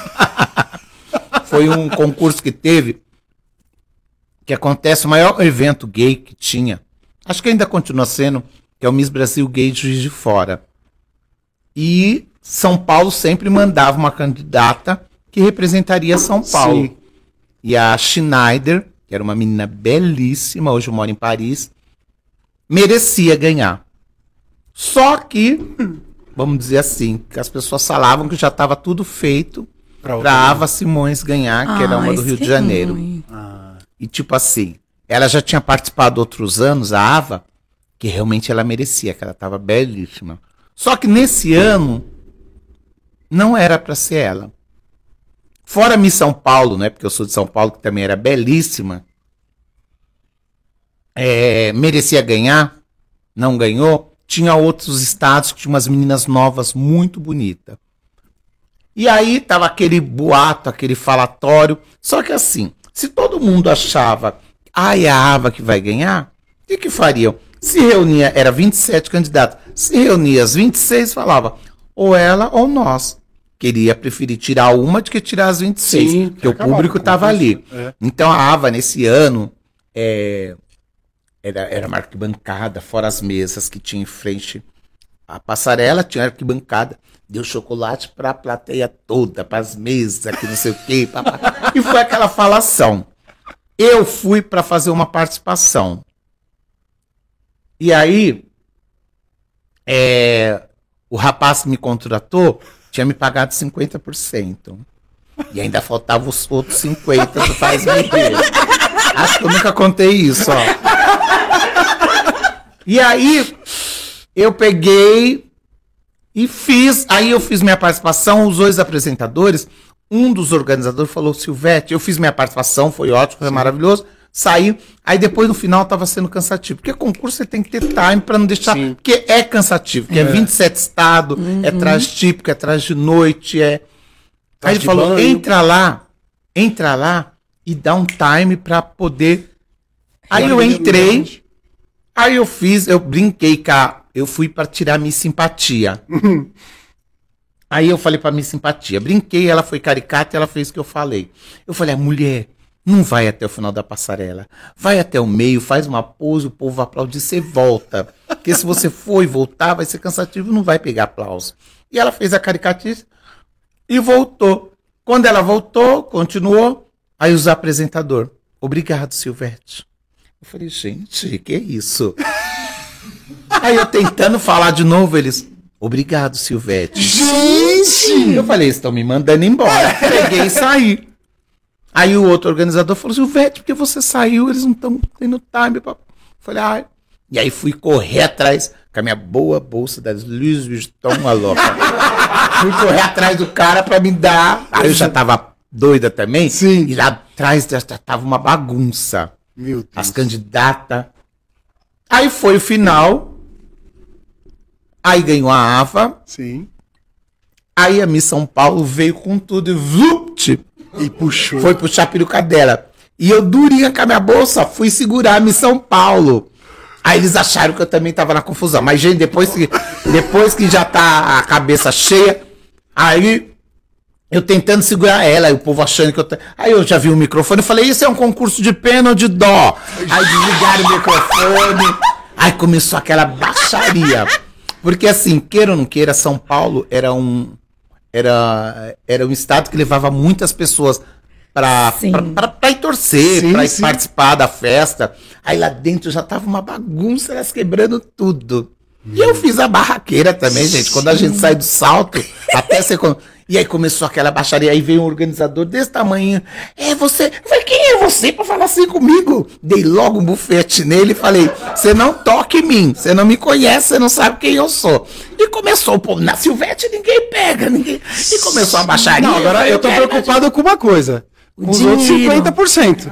Foi um concurso que teve, que acontece o maior evento gay que tinha. Acho que ainda continua sendo, que é o Miss Brasil Gay de Juiz de Fora. E São Paulo sempre mandava uma candidata que representaria São Paulo. Sim. E a Schneider, que era uma menina belíssima, hoje mora em Paris, merecia ganhar. Só que, vamos dizer assim, que as pessoas falavam que já estava tudo feito para a Ava Simões ganhar, que ah, era uma do Rio de Janeiro. Ah. E tipo assim, ela já tinha participado outros anos, a Ava, que realmente ela merecia, que ela estava belíssima. Só que nesse ano, não era para ser ela. Fora Miss São Paulo, né, porque eu sou de São Paulo, que também era belíssima, é, merecia ganhar, não ganhou. Tinha outros estados que tinham umas meninas novas muito bonitas. E aí tava aquele boato, aquele falatório. Só que assim, se todo mundo achava, ah, é a Ava que vai ganhar, o que que fariam? Se reunia, era vinte e sete candidatos, se reunia as vinte e seis, falava, ou ela ou nós. Queria preferir tirar uma do que tirar as vinte e seis, Sim, porque o público tava ali. É. Então a Ava, nesse ano, é... Era, era uma arquibancada, fora as mesas que tinha em frente à passarela, tinha arquibancada, deu chocolate para a plateia toda, para as mesas, que não sei o quê. Pá, pá. E foi aquela falação. Eu fui para fazer uma participação. E aí, é, o rapaz que me contratou tinha me pagado cinquenta por cento. E ainda faltava os outros cinquenta por cento do Faz Bebê. Acho que eu nunca contei isso, ó. E aí, eu peguei e fiz, aí eu fiz minha participação, os dois apresentadores, um dos organizadores falou, Silvete, eu fiz minha participação, foi ótimo, foi Sim. maravilhoso, saí, aí depois no final estava sendo cansativo, porque concurso você tem que ter time para não deixar, Sim. porque é cansativo, porque é, é vinte e sete estados, uhum. é traje típico, é traje de noite, é... Aí ele falou, banho. entra lá, entra lá e dá um time para poder... Aí eu entrei... Aí eu fiz, eu brinquei com a... Eu fui pra tirar minha simpatia. Uhum. Aí eu falei pra minha simpatia. Brinquei, ela foi caricata e ela fez o que eu falei. Eu falei, a mulher, não vai até o final da passarela. Vai até o meio, faz uma pose, o povo aplaude e você volta. Porque se você for e voltar, vai ser cansativo, não vai pegar aplauso. E ela fez a caricatice. e voltou. Quando ela voltou, continuou, aí os apresentador, obrigado, Silvete. Eu falei, gente, que é isso? Aí eu tentando falar de novo, eles, obrigado, Silvete. Gente! Eu falei, estão me mandando embora. Peguei e saí. Aí o outro organizador falou, Silvete, porque você saiu, eles não estão tendo time. Eu falei, ai. E aí fui correr atrás com a minha boa bolsa das Louis Vuitton, a louca. Fui correr atrás do cara pra me dar. Aí eu já tava doida também. Sim. E lá atrás já tava uma bagunça. Meu Deus. As candidatas. Aí foi o final. Aí ganhou a Ava. Sim. Aí a Miss São Paulo veio com tudo e vupt, E puxou. foi puxar a peruca dela. E eu durinha com a minha bolsa, fui segurar a Miss São Paulo. Aí eles acharam que eu também tava na confusão. Mas, gente, depois que, depois que já tá a cabeça cheia, aí eu tentando segurar ela, e o povo achando que eu... T... Aí eu já vi o microfone e falei, isso é um concurso de pena ou de dó? Aí desligaram o microfone. Aí começou aquela baixaria. Porque assim, queira ou não queira, São Paulo era um... Era, era um estado que levava muitas pessoas para ir torcer, para ir participar da festa. Aí lá dentro já tava uma bagunça, elas quebrando tudo. E eu fiz a barraqueira também, gente. Quando a gente sai do salto, até ser... E aí começou aquela baixaria, aí veio um organizador desse tamanho. É você? Eu falei, quem é você pra falar assim comigo? Dei logo um bufete nele e falei, você não toca em mim, você não me conhece, você não sabe quem eu sou. E começou, pô, na Silvete ninguém pega, ninguém... E começou a baixaria. Não, agora eu tô preocupado com uma coisa. Com os outros cinquenta por cento.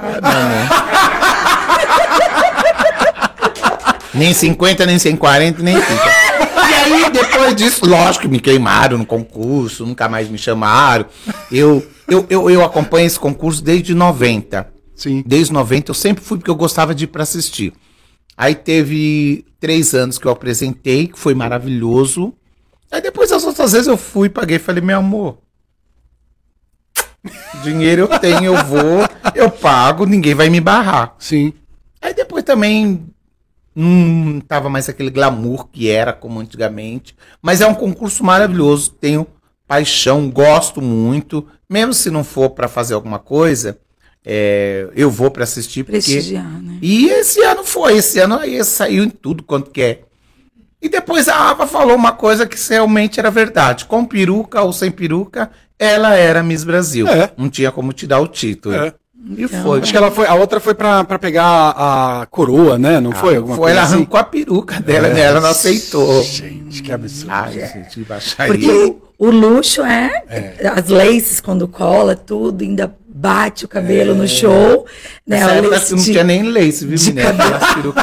Nem cinquenta, nem cento e quarenta, nem trinta. E aí, depois disso, lógico que me queimaram no concurso, nunca mais me chamaram. Eu, eu, eu, eu acompanho esse concurso desde noventa. Sim. Desde noventa, eu sempre fui porque eu gostava de ir para assistir. Aí teve três anos que eu apresentei, que foi maravilhoso. Aí depois, as outras vezes, eu fui, paguei e falei, meu amor, dinheiro eu tenho, eu vou, eu pago, ninguém vai me barrar. Sim. Aí depois também... Não tava mais aquele glamour que era como antigamente. Mas é um concurso maravilhoso. Tenho paixão, gosto muito. Mesmo se não for para fazer alguma coisa, é, eu vou para assistir. Prestigiar, porque... né? E esse ano foi. Esse ano aí saiu em tudo quanto que é. E depois a Ava falou uma coisa que realmente era verdade. Com peruca ou sem peruca, ela era Miss Brasil. É. Não tinha como te dar o título. É. E foi. Acho que ela foi, a outra foi pra, pra pegar a, a coroa, né? Não ah, foi? Alguma foi, coisa ela assim? arrancou a peruca dela, é, né? Ela não aceitou. Gente, que absurdo. Ai, é. Porque o, o luxo é, é as laces quando cola, tudo, ainda bate o cabelo é. no show. Né? Nessa época de, não tinha nem lace, viu, menina?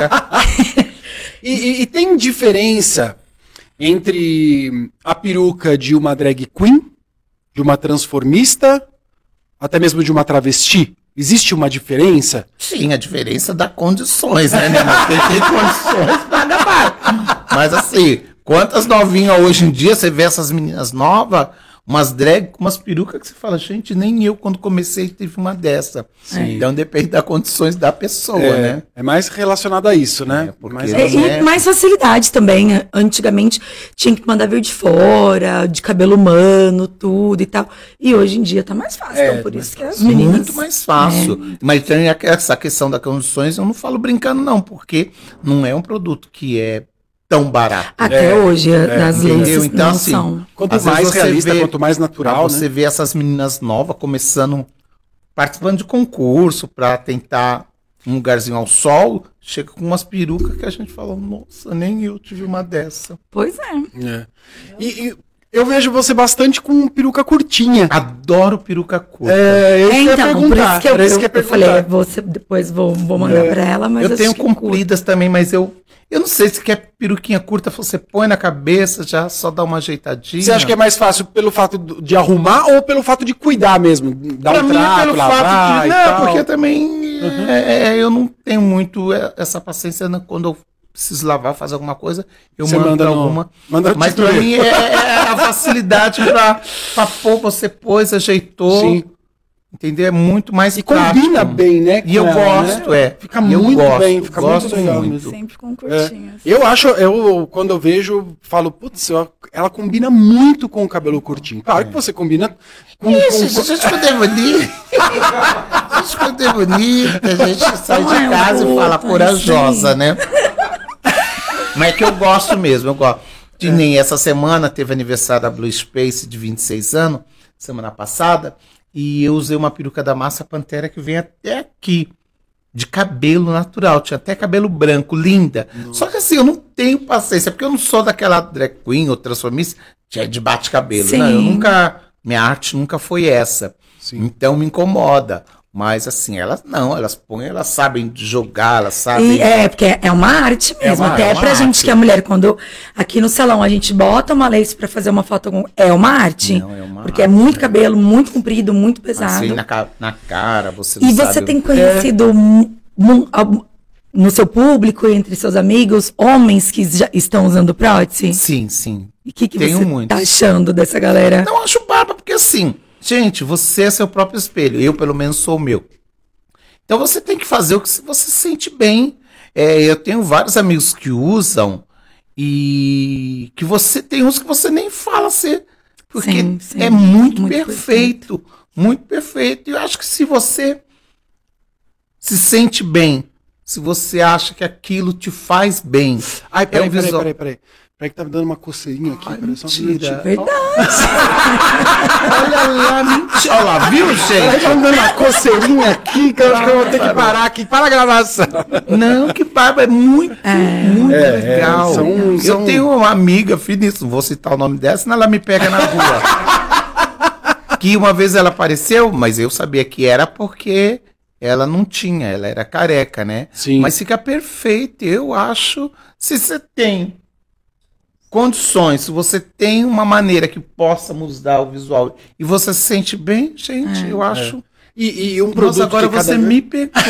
e, e, e tem diferença entre a peruca de uma drag queen, de uma transformista, até mesmo de uma travesti? Existe uma diferença? Sim, a diferença dá condições, né? Mas quem tem condições paga mais. Mas assim, quantas novinhas hoje em dia, você vê essas meninas novas, umas drag com umas perucas que você fala, gente, nem eu quando comecei tive uma dessa. Sim. Então depende das condições da pessoa, é, né? É mais relacionado a isso, né? É, porque mais, e, é... e mais facilidade também. Antigamente tinha que mandar vir de fora, de cabelo humano, tudo e tal. E hoje em dia tá mais fácil. É, então por isso que as meninas... Muito mais fácil. É. Mas tem essa questão das condições, eu não falo brincando não, porque não é um produto que é tão barato. Até é, hoje, é, as laces então, não assim, são. Quanto mais realista, vê, quanto mais natural, você né? vê essas meninas novas começando, participando de concurso para tentar um lugarzinho ao sol, chega com umas perucas que a gente fala, nossa, nem eu tive uma dessa. Pois é. é. E, e eu vejo você bastante com peruca curtinha. Adoro peruca curta. É, eu é então, por isso que eu, eu, eu, eu falei, você, depois vou, vou mandar é. para ela, mas eu tenho compridas também, mas eu Eu não sei se quer peruquinha curta, você põe na cabeça, já só dá uma ajeitadinha. Você acha que é mais fácil pelo fato de arrumar ou pelo fato de cuidar mesmo? Dar pra um mim trato, é pelo lavar fato de... Não, tal. porque também uhum. é, é, eu não tenho muito essa paciência, né? Quando eu preciso lavar, fazer alguma coisa, eu você mando alguma. No... Manda Mas pra mim é, é a facilidade pra, pra pôr, você pôs, ajeitou. Sim. Entendeu? É muito mais E combina bem, né? E eu ela, gosto, né? é. Fica E eu muito gosto, bem, fica gosto muito legal muito. mesmo. Sempre com É. curtinhas. Eu acho, eu quando eu vejo, falo, putz, eu- ela combina muito com o cabelo curtinho. Claro que você combina com... Isso, com, a gente ficou bonita. A gente ficou bonita, a gente sai de Não é casa e fala outra, corajosa, sim. né? Mas é que eu gosto mesmo, eu gosto. De nem essa semana teve aniversário da Blue Space de vinte e seis anos, semana passada, e eu usei uma peruca da Massa Pantera que vem até aqui, de cabelo natural, tinha até cabelo branco, linda. Só que assim, eu não tenho paciência, porque eu não sou daquela drag queen ou transformista que é de bate-cabelo. Sim. Não, eu nunca, minha arte nunca foi essa. Sim. Então me incomoda. Mas assim, elas não, elas põem, elas sabem jogar, elas sabem. E é, porque é uma arte mesmo. uma- Até é uma pra gente arte. que é mulher, quando aqui no salão a gente bota uma lace pra fazer uma foto, com- é uma arte. Não, é uma porque arte, é muito né? cabelo, muito comprido, muito pesado. Assim, na, ca- na cara, você não E sabe. você tem conhecido mu- mu- al- no seu público, entre seus amigos, homens que já estão usando prótese? Sim, sim. E o que, que Tenho você muito. tá achando dessa galera? Não acho barba, porque assim, gente, você é seu próprio espelho. Eu, pelo menos, sou o meu. Então você tem que fazer o que você se sente bem. É, eu tenho vários amigos que usam e que você tem uns que você nem fala ser. Porque Sim, sim. é muito, Muito perfeito. Muito perfeito. E eu acho que se você se sente bem, se você acha que aquilo te faz bem. Ai, peraí, é um peraí, visual- peraí, peraí. Peraí que tá me dando uma coceirinha aqui. Ai, peraí, só um mentira. minutinho. Verdade. Olha lá, mentira. Olha lá, viu, Peraí, gente? tá me dando uma coceirinha aqui que eu acho que eu vou ter que parar aqui. Para a gravação. Não, que barba, é muito, muito É, legal. é, são- eu são- tenho uma amiga, finíssima, não vou citar o nome dela, senão ela me pega na rua. Que uma vez ela apareceu, mas eu sabia que era porque ela não tinha, ela era careca, né? Sim. Mas fica perfeito, eu acho. Se você tem condições, se você tem uma maneira que possa mudar o visual e você se sente bem, gente, eu acho. E, e um Nossa, produto agora que cada você vez- me pegou,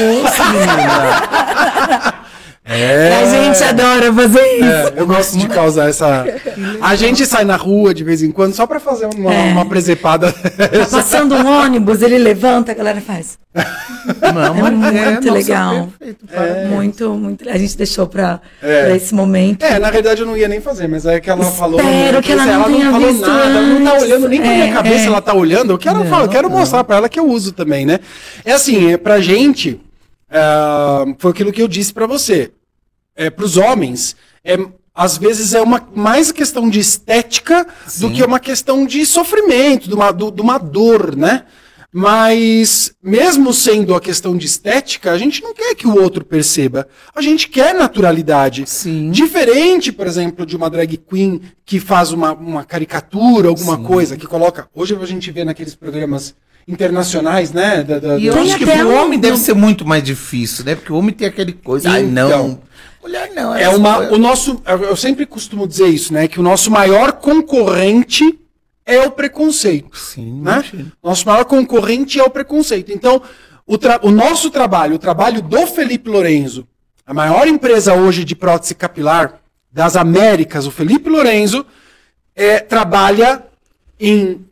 menina. É. A gente adora fazer isso. É, eu gosto de causar essa. A gente sai na rua de vez em quando só pra fazer uma, É. uma presepada. Tá passando um ônibus, ele levanta, a galera faz. Não, É mas muito nossa, legal. perfeito, parabéns. Muito, muito. A gente deixou pra, É. pra esse momento. É, na verdade eu não ia nem fazer, mas é que ela falou. Espero né, que ela assim, não tenha falou visto nada, ela não tá antes. olhando nem pra minha É, cabeça, é. ela tá olhando. Eu quero, falar, eu quero mostrar pra ela que eu uso também, né? É assim, é, pra gente, ah, foi aquilo que eu disse pra você. É, pros homens, é, às vezes é uma, mais questão de estética do Sim. que uma questão de sofrimento, de uma, do- de uma dor, né? Mas, mesmo sendo a questão de estética, a gente não quer que o outro perceba. A gente quer naturalidade. Sim. Diferente, por exemplo, de uma drag queen que faz uma, uma caricatura, alguma coisa, que coloca. Hoje a gente vê naqueles programas internacionais, né? Da, da- E eu da- Tem acho que até pro um- homem deve ser muito mais difícil, né? Porque o homem tem aquele coisa. Ai, Então. não. Mulher não. É essa uma, coisa- o nosso, eu eu sempre costumo dizer isso, né? Que o nosso maior concorrente é o preconceito. Sim, Né? imagino. Nosso maior concorrente é o preconceito. Então, o, tra- o nosso trabalho, o trabalho do Felipe Lorenzo, a maior empresa hoje de prótese capilar das Américas, o Felipe Lorenzo, é, trabalha em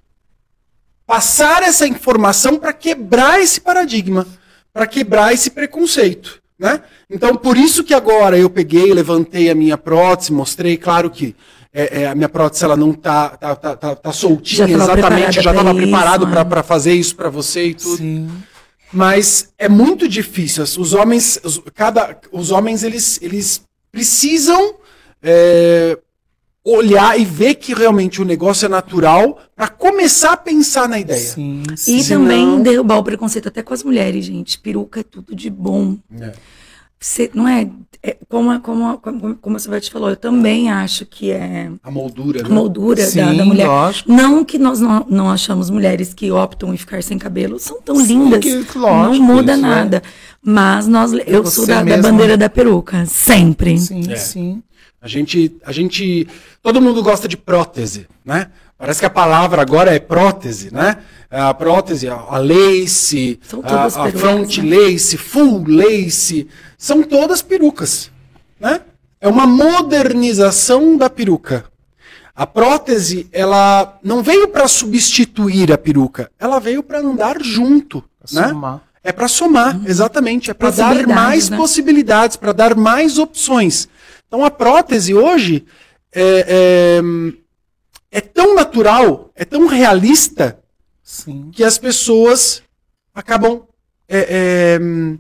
passar essa informação para quebrar esse paradigma, para quebrar esse preconceito, né? Então, por isso que agora eu peguei, levantei a minha prótese, mostrei, claro que é, é, a minha prótese ela não tá, tá, tá, tá, tá soltinha, Já tava exatamente, já preparada estava pra preparado isso, para fazer isso para você e tudo. Sim. Mas é muito difícil. Os homens, os, cada, os homens eles, eles precisam é, olhar e ver que realmente o negócio é natural para começar a pensar na ideia. Sim, E sim. também Senão- derrubar o preconceito até com as mulheres, gente. Peruca é tudo de bom. É. Você, não é, é como, como, como, como a Silvete falou, eu também acho que é A moldura, a né? moldura Sim, da, da mulher. lógico. Não que nós não, não achamos mulheres que optam em ficar sem cabelo, são tão Sim, lindas, que, não lógico, muda isso é- nada. Mas nós, eu você sou da, da mesma- bandeira da peruca, sempre. Sim, É. sim. A gente, a gente, todo mundo gosta de prótese, né? Parece que a palavra agora é prótese, né? A prótese, a a lace, São a, todas a perucas, front né? lace, full lace, são todas perucas, né? É uma modernização da peruca. A prótese, ela não veio para substituir a peruca, ela veio para andar junto, né? Somar. É para somar, uhum. exatamente, é para dar mais né? possibilidades, para dar mais opções. Então a prótese hoje é, é, é tão natural, é tão realista, Sim. que as pessoas acabam é, é,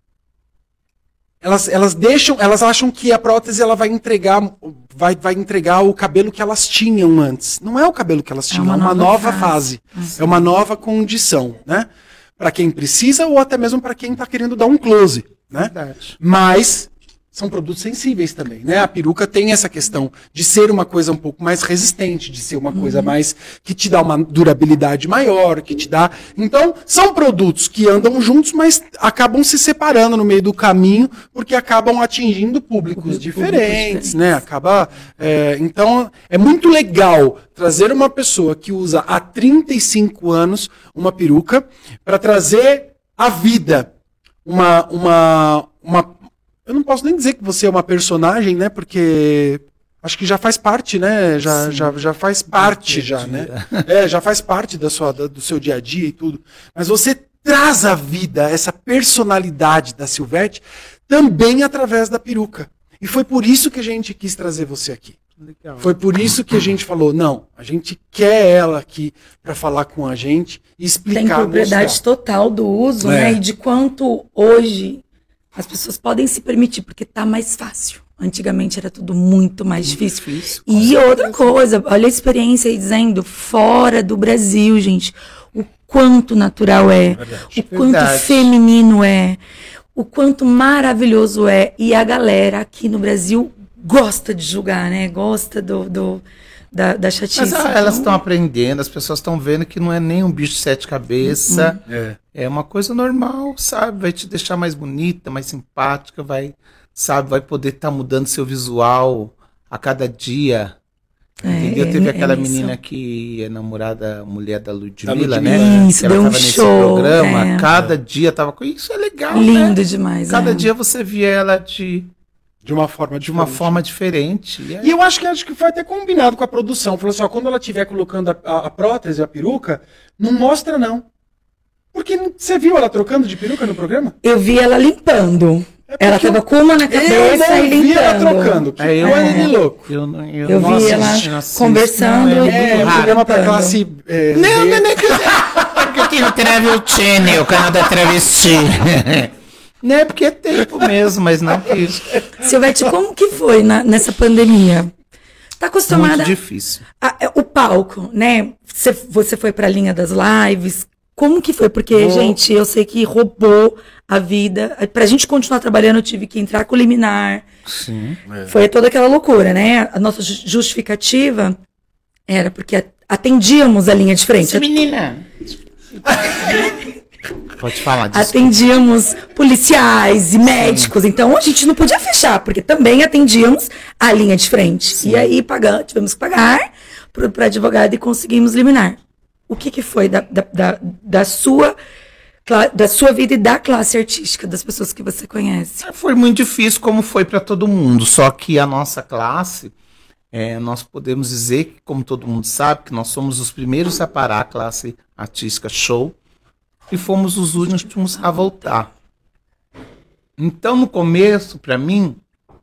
elas, elas deixam, elas acham que a prótese ela vai entregar, vai, vai entregar o cabelo que elas tinham antes. Não é o cabelo que elas tinham, é uma, é uma nova, nova fase, fase. é uma nova condição, né? Para quem precisa ou até mesmo para quem está querendo dar um close, né? Verdade. Mas são produtos sensíveis também, né? A peruca tem essa questão de ser uma coisa um pouco mais resistente, de ser uma coisa mais que te dá uma durabilidade maior, que te dá... Então, são produtos que andam juntos, mas acabam se separando no meio do caminho, porque acabam atingindo públicos Público, diferentes, público né? Acaba... É... Então, é muito legal trazer uma pessoa que usa há trinta e cinco anos uma peruca para trazer à vida uma... uma, uma eu não posso nem dizer que você é uma personagem, né? Porque acho que já faz parte, né? Já, já, já faz parte, já, né? É, já faz parte da sua, do seu dia a dia e tudo. Mas você traz à vida essa personalidade da Silvete também através da peruca. E foi por isso que a gente quis trazer você aqui. Legal. Foi por isso que a gente falou, não, a gente quer ela aqui para falar com a gente e explicar. Tem propriedade mostrar. total do uso, é. né? E de quanto hoje... as pessoas podem se permitir, porque tá mais fácil. Antigamente era tudo muito mais muito difícil. difícil e outra coisa, olha a experiência aí dizendo, fora do Brasil, gente, o quanto natural é, Verdade. o quanto Verdade. feminino é, o quanto maravilhoso é. E a galera aqui no Brasil gosta de julgar, né? Gosta do... do Da, da chatice. Mas ah, elas estão aprendendo, as pessoas estão vendo que não é nem um bicho de sete cabeças. Uhum. É. é uma coisa normal, sabe? Vai te deixar mais bonita, mais simpática, vai, sabe? Vai poder estar tá mudando seu visual a cada dia. É, entendeu? É, Teve é, aquela é menina que é namorada, mulher da Ludmilla, né? Isso, ela deu tava um nesse show, programa, é. cada dia tava com isso, é legal, Lindo né? demais. Cada é. dia você via ela de... De uma forma de uma forma diferente. E, e eu acho que acho que foi até combinado com a produção. Falou assim, ó, quando ela estiver colocando a, a, a prótese, a peruca, não mostra não. Porque você viu ela trocando de peruca no programa? Eu vi ela limpando. É ela tava com uma na cabeça e limpando. Eu vi ela trocando. Que é, eu, coisa de louco. Eu, eu, eu, eu vi nossa, ela assisto, conversando. Não, é, é um programa pra classe... É, não, não, não. Porque eu tenho Travel Channel, o canal da travesti. Não é porque é tempo mesmo, mas não que isso. Silvete, como que foi na, nessa pandemia? Tá acostumada... Muito difícil. A, a, o palco, né? Você, você foi pra linha das lives. Como que foi? Porque, oh. gente, eu sei que roubou a vida. Pra gente continuar trabalhando, eu tive que entrar com o liminar. Sim. É. Foi toda aquela loucura, né? A nossa justificativa era porque atendíamos a linha de frente. Essa menina... Pode falar disso. Atendíamos policiais e médicos, Sim. então a gente não podia fechar, porque também atendíamos a linha de frente. Sim. E aí pagamos, tivemos que pagar para advogado e conseguimos liminar. O que, que foi da, da, da, da, sua, da sua vida e da classe artística, das pessoas que você conhece? Foi muito difícil, como foi para todo mundo, só que a nossa classe, é, nós podemos dizer, que, como todo mundo sabe, que nós somos os primeiros a parar a classe artística show, e fomos os últimos a voltar. Então, no começo, para mim,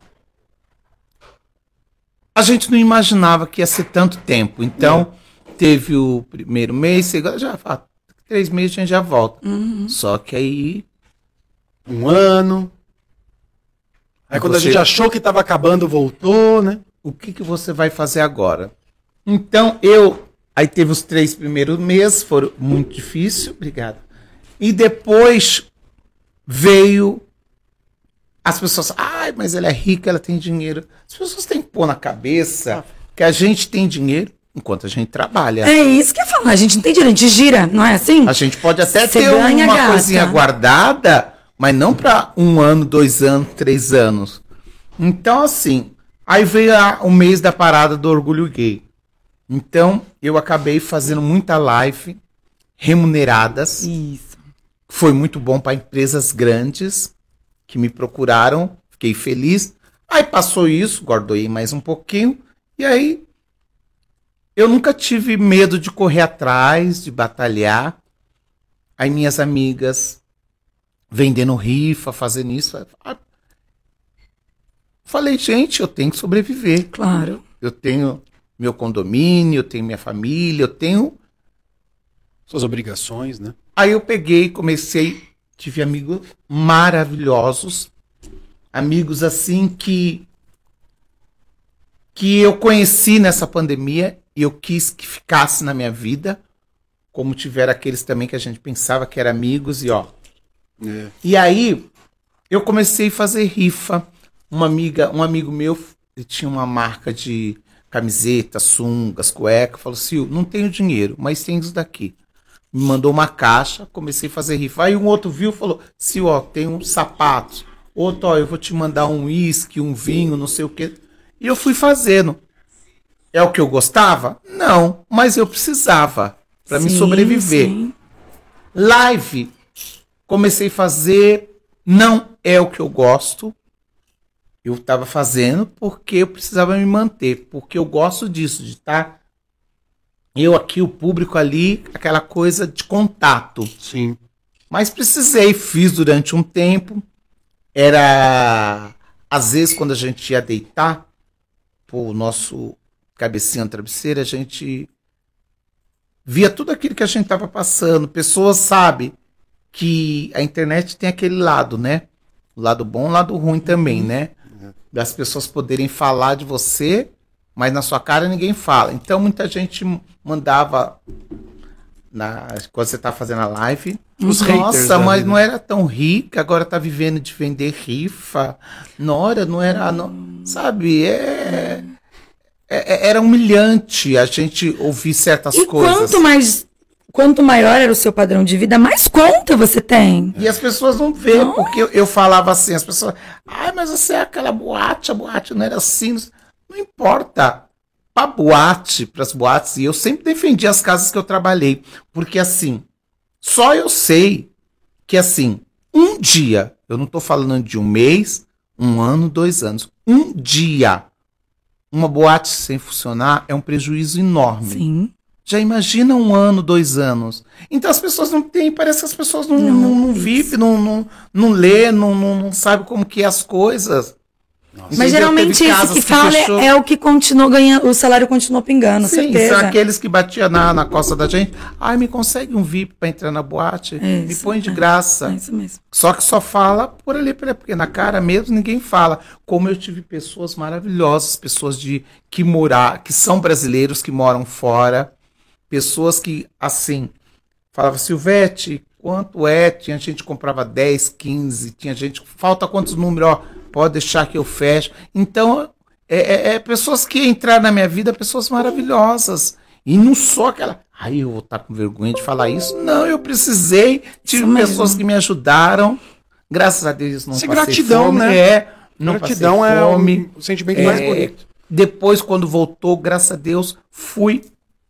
a gente não imaginava que ia ser tanto tempo. Então, é. teve o primeiro mês, segundo, já fala, três meses a gente já volta. Uhum. Só que aí... Um ano... Aí quando você... a gente achou que estava acabando, voltou, né? O que, que você vai fazer agora? Então, eu... Aí teve os três primeiros meses, foram muito difíceis. Obrigado. E depois veio as pessoas, ai, mas ela é rica, ela tem dinheiro. As pessoas têm que pôr na cabeça que a gente tem dinheiro enquanto a gente trabalha. É isso que eu falo, a gente não tem dinheiro, a gente gira, não é assim? A gente pode até Cê ter uma gata. coisinha guardada, mas não para um ano, dois anos, três anos. Então, assim, aí veio a, o mês da parada do orgulho gay. Então, eu acabei fazendo muita live remuneradas. Isso. Foi muito bom para empresas grandes que me procuraram, fiquei feliz. Aí passou isso, guardei mais um pouquinho, e aí eu nunca tive medo de correr atrás, de batalhar. Aí minhas amigas vendendo rifa, fazendo isso. Falei, gente, eu tenho que sobreviver. Claro. Eu tenho meu condomínio, eu tenho minha família, eu tenho... Suas obrigações, né? Aí eu peguei, comecei, tive amigos maravilhosos, amigos assim que, que eu conheci nessa pandemia e eu quis que ficasse na minha vida, como tiveram aqueles também que a gente pensava que eram amigos e ó. É. E aí eu comecei a fazer rifa. Uma amiga, um amigo meu, ele tinha uma marca de camisetas, sungas, cuecas, falou, Sil, não tenho dinheiro, mas tem isso daqui. Me mandou uma caixa, comecei a fazer rifa. Aí um outro viu e falou, Sil, ó, tem uns sapatos. Outro, ó, eu vou te mandar um uísque, um vinho, não sei o quê. E eu fui fazendo. É o que eu gostava? Não, mas eu precisava para me sobreviver. Sim. Live, comecei a fazer, não é o que eu gosto. Eu estava fazendo porque eu precisava me manter, porque eu gosto disso, de estar eu aqui, o público ali, aquela coisa de contato. Sim. Mas precisei, fiz durante um tempo. Era, às vezes, quando a gente ia deitar, pô, o nosso cabecinha na travesseira, a gente via tudo aquilo que a gente estava passando. Pessoas sabem que a internet tem aquele lado, né? O lado bom e o lado ruim também, né? Das pessoas poderem falar de você, mas na sua cara ninguém fala. Então muita gente mandava, na, quando você tá fazendo a live, os nossa, mas não era tão rica, agora tá vivendo de vender rifa. Nora, não era, não, sabe, é, é, era humilhante a gente ouvir certas e coisas. Quanto mais... Quanto maior era o seu padrão de vida, mais conta você tem. E as pessoas não vêem, não. Porque eu, eu falava assim, as pessoas, ai, mas você é aquela boate, a boate não era assim. Não importa. Para boate, para as boates, e eu sempre defendi as casas que eu trabalhei. Porque assim, só eu sei que assim, um dia, eu não estou falando de um mês, um ano, dois anos, um dia, uma boate sem funcionar é um prejuízo enorme. Sim. Já imagina um ano, dois anos. Então as pessoas não têm, parece que as pessoas não, não, não, não vivem, não, não, não lê, não, não, não sabem como que é as coisas. Nossa. Mas geralmente esse que fala que é o que continuou ganhando, o salário continuou pingando, sim, certeza. São aqueles que batiam na, na costa da gente. Ai, me consegue um V I P para entrar na boate? Isso, me põe de graça. É isso mesmo. Só que só fala por ali, porque na cara mesmo ninguém fala. Como eu tive pessoas maravilhosas, pessoas de, que, morar, que são brasileiros, que moram fora. Pessoas que, assim, falavam, Silvete, quanto é? Tinha gente que comprava dez, quinze, tinha gente que falta quantos números, ó, pode deixar que eu fecho. Então, é, é, é pessoas que entraram na minha vida, pessoas maravilhosas. E não só aquela, ai, eu vou estar com vergonha de falar isso. Não, eu precisei, tive isso pessoas mesmo. Que me ajudaram. Graças a Deus não Isso passei gratidão, fome. Né? É, não gratidão passei fome. É o sentimento é, mais bonito. Depois, quando voltou, graças a Deus, fui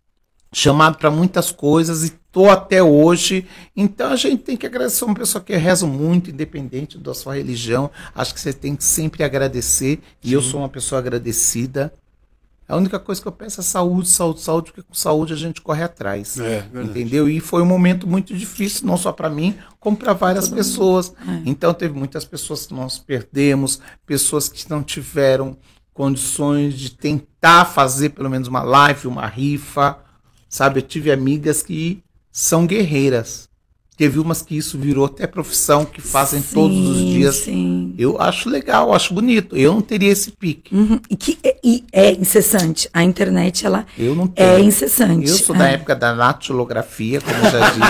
chamado para muitas coisas e tô até hoje. Então a gente tem que agradecer uma pessoa que reza muito, independente da sua religião. Acho que você tem que sempre agradecer. E Sim. eu sou uma pessoa agradecida. A única coisa que eu peço é saúde, saúde, saúde, porque com saúde a gente corre atrás. É, entendeu? E foi um momento muito difícil, não só para mim, como para várias pessoas. É. Então teve muitas pessoas que nós perdemos, pessoas que não tiveram condições de tentar fazer pelo menos uma live, uma rifa. Sabe, eu tive amigas que são guerreiras. Teve umas que isso virou até profissão, que fazem sim, todos os dias. Sim. Eu acho legal, acho bonito. Eu não teria esse pique. Uhum. E que é, e é incessante. A internet, ela eu não tenho. É incessante. Eu sou é. da época da natilografia, como eu já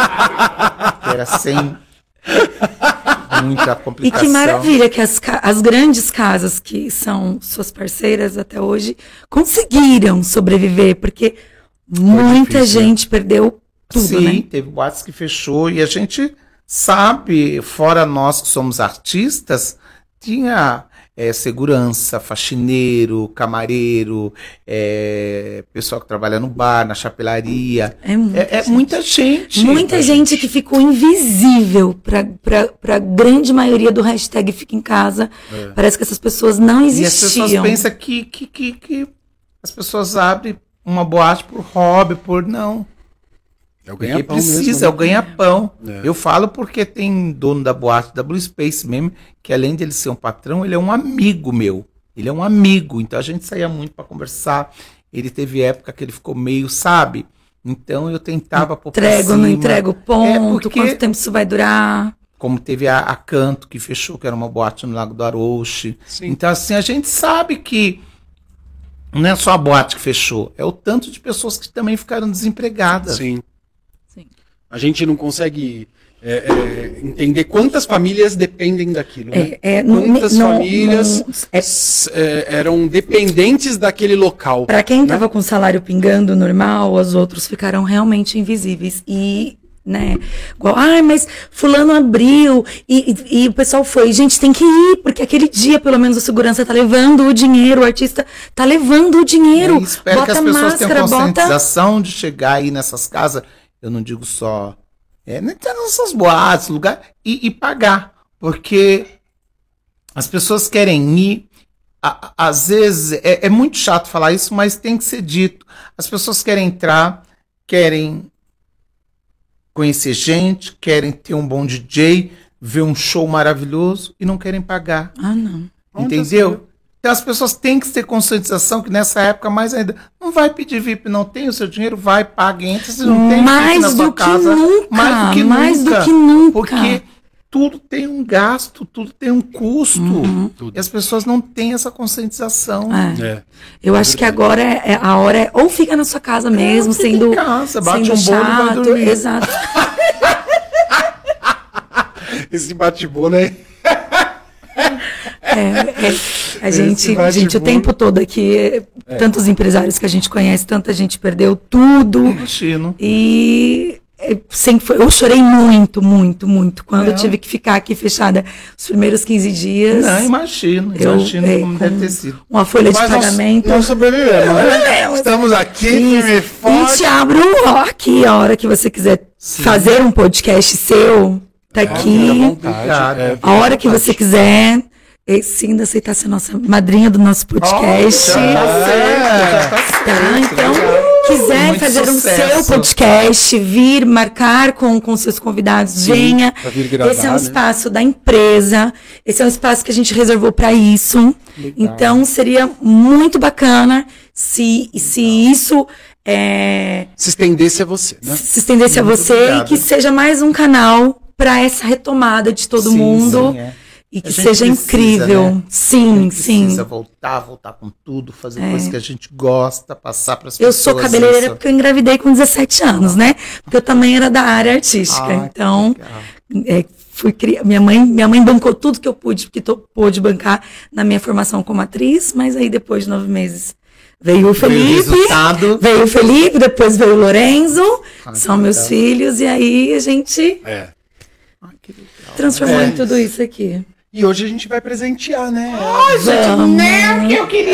disse. Que era sem muita complicação. E que maravilha que as, as grandes casas que são suas parceiras até hoje conseguiram sobreviver, porque muita difícil, gente né? perdeu tudo, Sim, né? Teve boates que fechou e a gente sabe, fora nós que somos artistas, tinha é, segurança, faxineiro, camareiro, é, pessoal que trabalha no bar, na chapelaria. É muita, é, é muita gente. Muita gente que ficou invisível para a grande maioria do hashtag Fica em Casa. É. Parece que essas pessoas não existiam. E as pessoas pensam que, que, que, que as pessoas abrem uma boate por hobby, por não. É o Porque ganha-pão precisa, mesmo, né? é o ganha-pão. É. Eu falo porque tem dono da boate da Blue Space mesmo, que além de ele ser um patrão, ele é um amigo meu. Ele é um amigo, então a gente saía muito para conversar. Ele teve época que ele ficou meio, sabe? Então eu tentava pôr pra Entrego, cima. não entrego ponto, É porque- quanto tempo isso vai durar? Como teve a, a Canto, que fechou, que era uma boate no Lago do Arouche. Sim. Então, assim, a gente sabe que não é só a boate que fechou, é o tanto de pessoas que também ficaram desempregadas. Sim. Sim. A gente não consegue é, é, entender quantas famílias dependem daquilo, né? É, é, não- Quantas não- famílias não- é- s- é, eram dependentes daquele local. Para quem né? estava com salário pingando normal, os outros ficaram realmente invisíveis. E, né, igual, ai, mas fulano abriu e, e, e o pessoal foi. Gente, tem que ir, porque aquele dia, pelo menos, a segurança tá levando o dinheiro, o artista tá levando o dinheiro. É, espero bota que as pessoas máscara, tenham bota... conscientização de chegar aí nessas casas, eu não digo só, é, nessas boates, lugar, e, e pagar. Porque as pessoas querem ir, a- a- às vezes, é, é muito chato falar isso, mas tem que ser dito. As pessoas querem entrar, querem conhecer gente, querem ter um bom D J, ver um show maravilhoso e não querem pagar. Ah, não. Entendeu? Então as pessoas têm que ter conscientização que nessa época mais ainda não vai pedir V I P, não tem o seu dinheiro, vai, paga, entra, você não tem Mais V I P na sua do que casa, nunca, mais do que mais nunca, do que nunca. porque tudo tem um gasto, tudo tem um custo, Tudo. e as pessoas não têm essa conscientização. É. É. Eu acho que agora é, é- a hora é ou fica na sua casa mesmo, fica sendo, em casa, bate sendo um bolo e vai chato. dormir. Exato. Esse bate-bolo aí. É, é, a Esse gente, bate-bolo. gente, o tempo todo aqui, é, tantos empresários que a gente conhece, tanta gente perdeu tudo. Imagino. E é, sempre foi, eu chorei muito, muito, muito. Quando eu É. tive que ficar aqui fechada os primeiros quinze dias. Não, imagino, Eu, imagino é, como com deve ter sido. Uma folha de Mas nós- pagamento. Nós sobrevivemos, né? É, Estamos aqui, Isso. firme e E forte. te abro ó, aqui a hora que você quiser fazer um podcast seu, tá Fica à aqui. vontade. É, A hora que você quiser. E sim, de aceitar ser nossa madrinha do nosso podcast. Olha, já tá certo, já tá certo. Tá, então, quiser Muito fazer um sucesso. seu podcast, vir marcar com, com seus convidados, venha. pra vir gravar, Esse é um né? espaço da empresa, esse é um espaço que a gente reservou para isso. Então, seria muito bacana se, se isso é, Se estendesse a você, né? se estendesse a Muito você obrigado. e que seja mais um canal para essa retomada de todo Sim, mundo. sim, é. E A que gente seja precisa, incrível. né? Sim, A gente sim. precisa voltar, voltar com tudo, fazer coisas que a gente gosta, passar para as Eu pessoas. sou cabeleireira isso. porque eu engravidei com dezessete anos, né? Porque eu também era da área artística. Ah, que então, legal. é, fui cri... minha mãe, minha mãe bancou tudo que eu pude, porque to... pôde bancar na minha formação como atriz, mas aí depois de nove meses veio o Felipe, resultado. veio o Felipe, depois veio o Lorenzo, Ah, são que meus legal. filhos, e aí a gente É. Ah, que legal. transformou É. em tudo isso aqui. E hoje a gente vai presentear, né? Vamos. Nem que eu queria.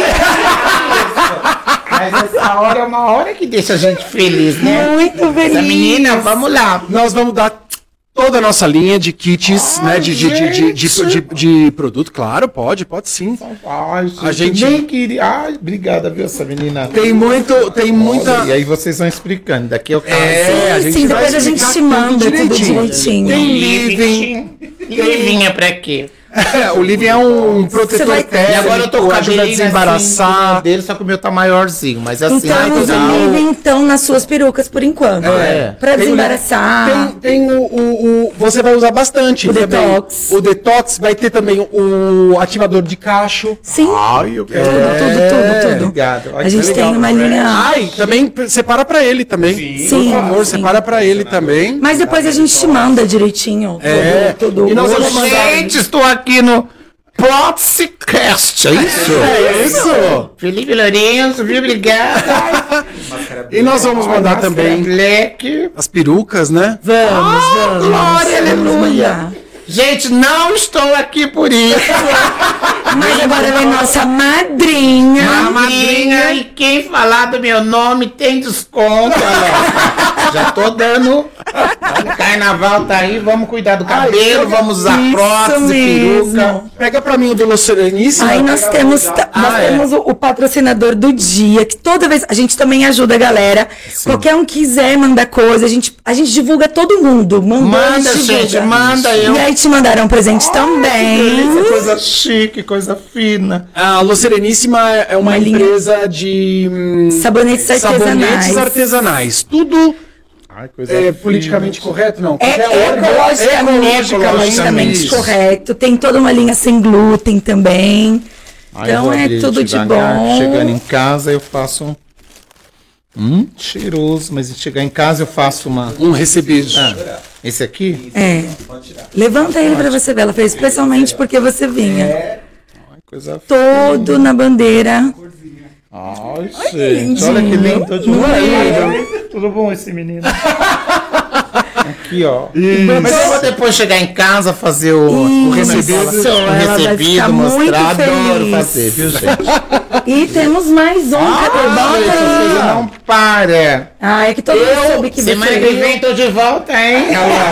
Mas essa hora é uma hora que deixa a gente feliz, né? Muito feliz. Essa menina, vamos lá. Nós vamos dar toda a nossa linha de kits, né? De, de, de, de, de, de, de produto, claro, pode, pode sim. Ai, A gente- nem queria. Ai, obrigada, viu, essa menina. Tem muito, tem muita. Olha, e aí vocês vão explicando. Daqui eu caso. É, a gente Sim, vai depois a gente explicar te manda tudo direitinho. Tem living. Livinha pra quê? É, o living é um protetor vai- térmico, E agora eu tô com o ajuda a cabelinho assim, desembaraçar. dele, só que o meu tá maiorzinho, mas assim, Então, ai, usa legal. o living, então, nas suas perucas, por enquanto. É. Pra Tem o- desembaraçar. Tem, tem o, o, o- Você vai usar bastante O também. detox. O detox vai ter também o ativador de cacho. Sim, Ai, eu quero. tudo, tudo, tudo. Obrigado. Ai, A que gente legal. tem uma linha... Ai, também separa pra ele também. Sim, Por favor, sim. separa pra ele também. Mas depois a gente te manda direitinho. É. Tudo, tudo. E nós Eu vamos vou mandar- Gente, estou aqui no Podcast, é isso? É isso. Felipe Lourenço, viu? Obrigado. E nós vamos mandar também Black. as perucas, né? Vamos, vamos. glória, vamos aleluia. mandar. Gente, não estou aqui por isso. Mas agora vem nossa madrinha. A madrinha e quem falar do meu nome tem desconto. Ó. Já tô dando Carnaval tá aí, vamos cuidar do cabelo, Ai, vamos usar prótese, peruca. Pega pra mim o do Sereníssima. Aí nós temos, nós ah, temos é. o, o patrocinador do dia, que toda vez a gente também ajuda a galera. Sim. Qualquer um quiser mandar coisa, a gente, a gente divulga todo mundo. Mandou, manda, gente, divulga. manda eu. E aí te mandaram um presente oh, também. Que coisa chique, coisa fina. A Lo Sereníssima é uma, uma empresa de hum, sabonetes artesanais. Sabonetes artesanais. Tudo Ai, é politicamente correto, não? É, é ecologicamente, ecologicamente correto. Tem toda uma linha sem glúten também. Ai, então é tudo de bom. Chegando em casa eu faço um hum, cheiroso, mas se chegar em casa eu faço uma um recebido. Ah, esse aqui? É. Levanta ele para você ver. Ela fez especialmente porque você vinha. É. Ai, coisa todo fina. Na bandeira. Ai, gente, olha que lindo. Tudo, tudo bom esse menino? Aqui, ó. Isso. Mas eu vou depois chegar em casa fazer o, o recebido, o recebido mostrar. Adoro fazer, viu, gente? E temos mais um. Ah, cadê? Gente, não para. Ah, é que todo mundo sabe que semana que vem tô de volta, hein?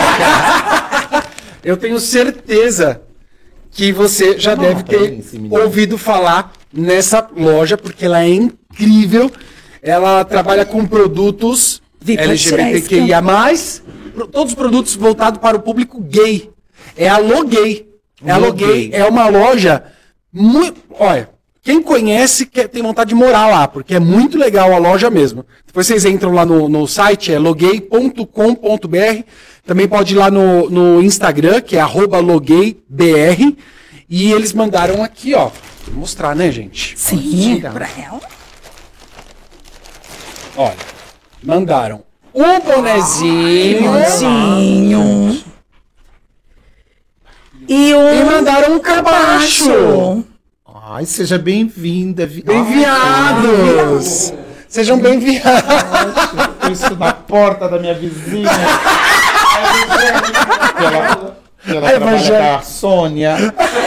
Eu tenho certeza que você já deve ter ouvido falar nessa loja, porque ela é incrível. Ela trabalha com produtos L G B T Q I A mais, todos os produtos voltados para o público gay. É a Logay. É a Logay. É uma loja muito... Olha, quem conhece quer, tem vontade de morar lá, porque é muito legal a loja mesmo. Depois vocês entram lá no, no site, é logay ponto com ponto b r. Também pode ir lá no, no Instagram, que é arroba logaybr. E eles mandaram aqui, ó. Vou mostrar, né, gente? Sim, pra ela. Olha, mandaram um bonezinho. Bonezinho. E, um e mandaram um cabacho. Ai, seja bem-vinda. Vi... Bem-viados. Sejam bem-viados. Isso na porta da minha vizinha. Ela, ela Ai, trabalha já... da Sônia.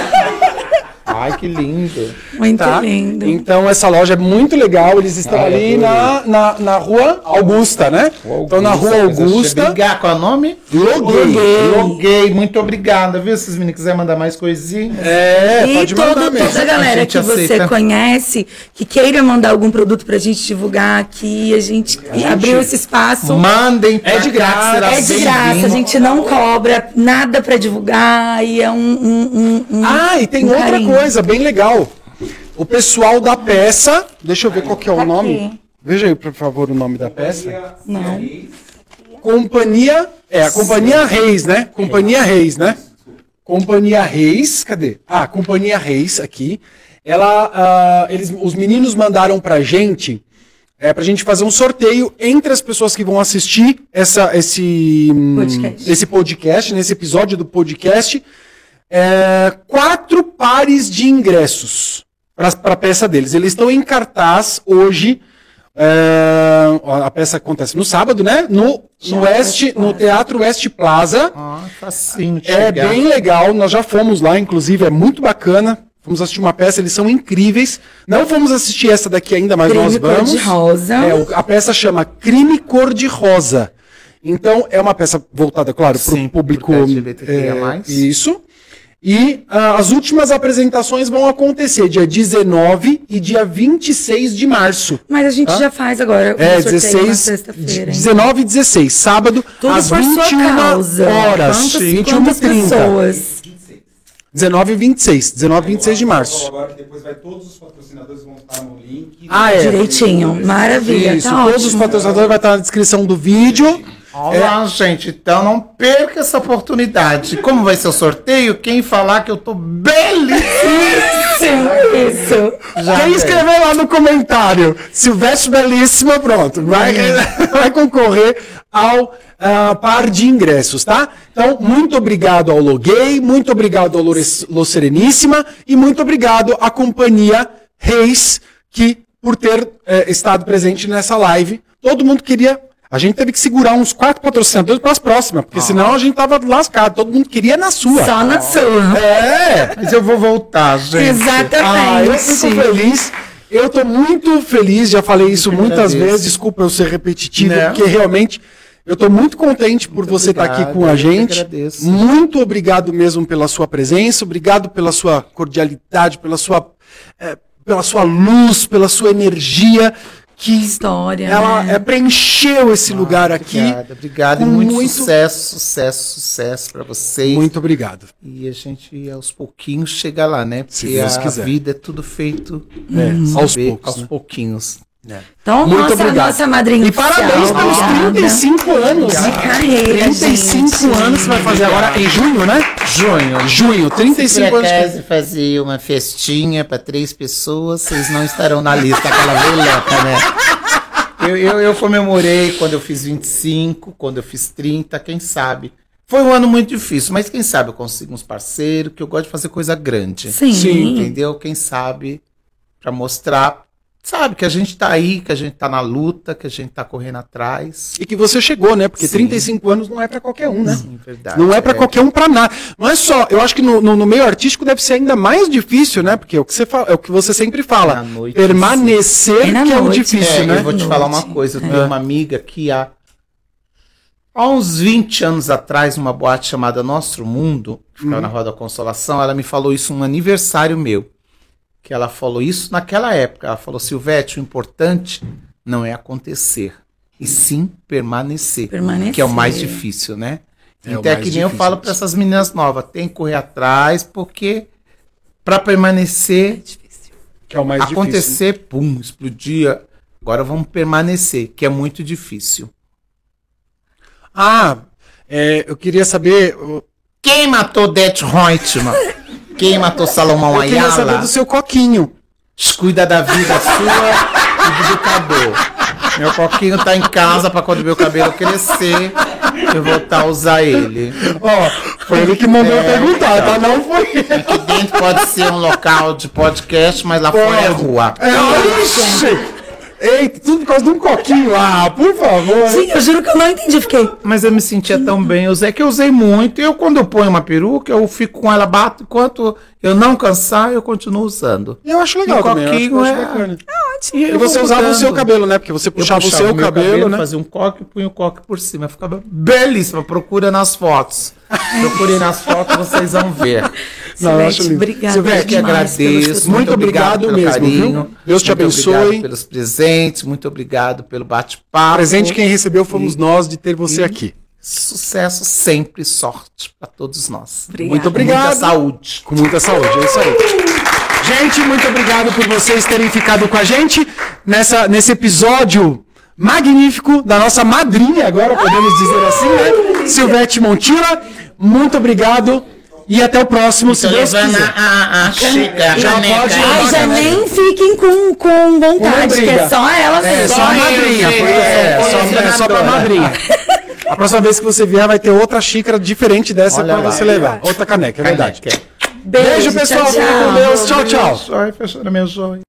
Ai, que lindo. Muito tá? lindo. Então, essa loja é muito legal. Eles estão Ai, ali na, na, na rua Augusta, né? Estão na rua Augusta. Obrigado. Qual é o nome? Logay. Logay. Muito obrigada, viu? Se vocês meninos quiserem mandar mais coisinhas. É, e pode todo, mandar mesmo. toda a galera a que aceita. Você conhece, que queira mandar algum produto pra gente divulgar aqui, a gente, a gente abriu esse espaço. Mandem. É de graça. É de graça. A gente não cobra nada pra divulgar. E é um... um, um ah, e tem um outra carinho. coisa. Coisa bem legal. O pessoal da peça, deixa eu ver qual que é o nome. Veja aí, por favor, o nome da peça. Não. Companhia, é a Companhia Reis, né? Companhia Reis, né? Companhia Reis, cadê? Ah, Companhia Reis aqui. Ela, uh, eles, os meninos mandaram pra gente, é, pra gente fazer um sorteio entre as pessoas que vão assistir essa, esse podcast. esse podcast, nesse episódio do podcast. É, quatro pares de ingressos para a peça deles. Eles estão em cartaz hoje. É, a peça acontece no sábado, né? No, no, West, no Teatro West Plaza. Ah, facinho de é chegar. Bem legal. Nós já fomos lá, inclusive, é muito bacana. Fomos assistir uma peça, eles são incríveis. Não fomos assistir essa daqui ainda, mas Crime nós vamos. Cor-de-rosa. É, a peça chama Crime Cor-de-Rosa. Então, é uma peça voltada, claro, para o público. L G B T Q I A mais. É, isso. E uh, as últimas apresentações vão acontecer dia dezenove e dia vinte e seis de março. Mas a gente tá? já faz agora o é, dezesseis, dezenove e dezesseis, sábado, tudo às vinte e uma horas. Quantas, vinte e uma e trinta. Pessoas? dezenove e vinte e seis. dezenove e vinte e seis de março. Agora que depois vai todos os patrocinadores vão estar no link. Ah, é. Direitinho. Maravilha. Isso, tá todos ótimo. os patrocinadores vão estar na descrição do vídeo. Olá, é. gente, então não perca essa oportunidade. Como vai ser o sorteio? Quem falar que eu tô belíssimo. Isso. Já Quem escrever lá no comentário, Silvestre Belíssima, pronto, vai, vai concorrer ao uh, par de ingressos, tá? Então, muito obrigado ao Logay, muito obrigado ao Lo Sereníssima e muito obrigado à Companhia Reis, que por ter eh, estado presente nessa live. Todo mundo queria... A gente teve que segurar uns quatro patrocinadores para as próximas, porque ah. senão a gente tava lascado. Todo mundo queria na sua. Só na sua. É. Mas eu vou voltar, gente. Exatamente. Ah, eu fico feliz. Eu tô muito feliz, já falei isso muitas vezes. Desculpa eu ser repetitivo, né? Porque realmente Eu estou muito contente por Muito você estar obrigado, aqui com a eu que gente. agradeço. Muito obrigado mesmo pela sua presença, obrigado pela sua cordialidade, pela sua, é, pela sua luz, pela sua energia, que História, ela né? é, preencheu esse lugar aqui. Obrigado, obrigado. E com muito, muito- sucesso, sucesso, sucesso para vocês. Muito obrigado. E a gente, aos pouquinhos, chega lá, né? Se Porque Deus a quiser. vida é tudo feito É, aos saber, poucos. aos né? pouquinhos. Então, Muito nossa, obrigado. nossa madrinha E oficial, parabéns pelos obrigada. trinta e cinco anos. De carreira, trinta e cinco gente. anos você vai fazer agora em junho, né? Junho. Junho, trinta e Se por cinco anos. acaso fazer uma festinha para três pessoas, vocês não estarão na lista, aquela veleta, né? Eu, eu, eu comemorei quando eu fiz vinte e cinco, quando eu fiz trinta, quem sabe. Foi um ano muito difícil, mas quem sabe eu consigo uns parceiros, que eu gosto de fazer coisa grande. Sim. Sim. Entendeu? Quem sabe, para mostrar, sabe, que a gente tá aí, que a gente tá na luta, que a gente tá correndo atrás. E que você chegou, né? Porque Sim. trinta e cinco anos não é pra qualquer um, né? Sim, verdade. Não é pra qualquer um pra nada. Não é só, eu acho que no, no, no meio artístico deve ser ainda mais difícil, né? Porque é o que você, fala, é o que você sempre fala. Na noite, permanecer É na que é o noite, difícil, É, né? eu vou te Noite. falar uma coisa. Eu tenho É. uma amiga que há, há uns vinte anos atrás, numa boate chamada Nosso Mundo, que ficava na Rua da Consolação, ela me falou isso num aniversário meu. Que ela falou isso naquela época. Ela falou, Silvete, o importante não é acontecer, e sim permanecer. Permanecer. Que é o mais difícil, né? É o então é mais que nem eu difícil falo para essas meninas novas, tem que correr atrás, porque para permanecer, Que é o mais difícil. acontecer, pum, explodir. Agora vamos permanecer, que é muito difícil. Ah, é, eu queria saber. Eu Quem matou Det Reutemann? Quem matou Salomão queria saber Ayala? do seu coquinho. Cuida da vida sua e do educador. Meu coquinho tá em casa para quando meu cabelo crescer, eu voltar a usar ele. Ó, foi ele que mandou É, eu perguntar, tá? Não foi. Aqui dentro pode ser um local de podcast, mas lá fora é rua. É, ixi! Eita, tudo por causa de um coquinho. Ah, por favor. Sim, eu juro que eu não entendi. Fiquei. Mas eu me sentia tão bem. Eu usei que eu usei muito. E eu, quando eu ponho uma peruca, eu fico com ela, bato. Enquanto eu não cansar, eu continuo usando. Eu acho legal No também. Eu acho, coquinho eu acho é- bacana. E, E você usava o seu cabelo, né? Porque você puxava, o seu cabelo, né? Fazia um coque e punha o coque por cima. Ficava belíssima. Procura nas fotos. Procurem nas fotos, vocês vão ver. Não, eu acho Silvete, lindo. obrigada Silvete, Eu que demais pelos agradeço. seus- Muito obrigado pelo mesmo, carinho. viu? Deus te Muito abençoe. Obrigado pelos presentes. Muito obrigado pelo bate-papo. Presente quem recebeu fomos nós de ter você aqui. Sucesso sempre, sorte para todos nós. Obrigada. Muito obrigado. Muita saúde. Com muita saúde, é isso aí. Gente, muito obrigado por vocês terem ficado com a gente nessa, nesse episódio magnífico da nossa madrinha, agora podemos dizer assim, né? Silvete Montilla. Muito obrigado e até o próximo, se Deus quiser. a, a xícara, Já pode- Ai, já nem fiquem com, com vontade, que é só ela É mesmo. só a madrinha, eu, é, eu, só, é só pra madrinha. A próxima vez que você vier vai ter outra xícara diferente dessa Olha pra lá. você levar. Outra caneca, é verdade. Caneca. Beijo, pessoal. tchau, Fiquem com tchau. Deus. Tchau, tchau. Joia, fechando meu joio.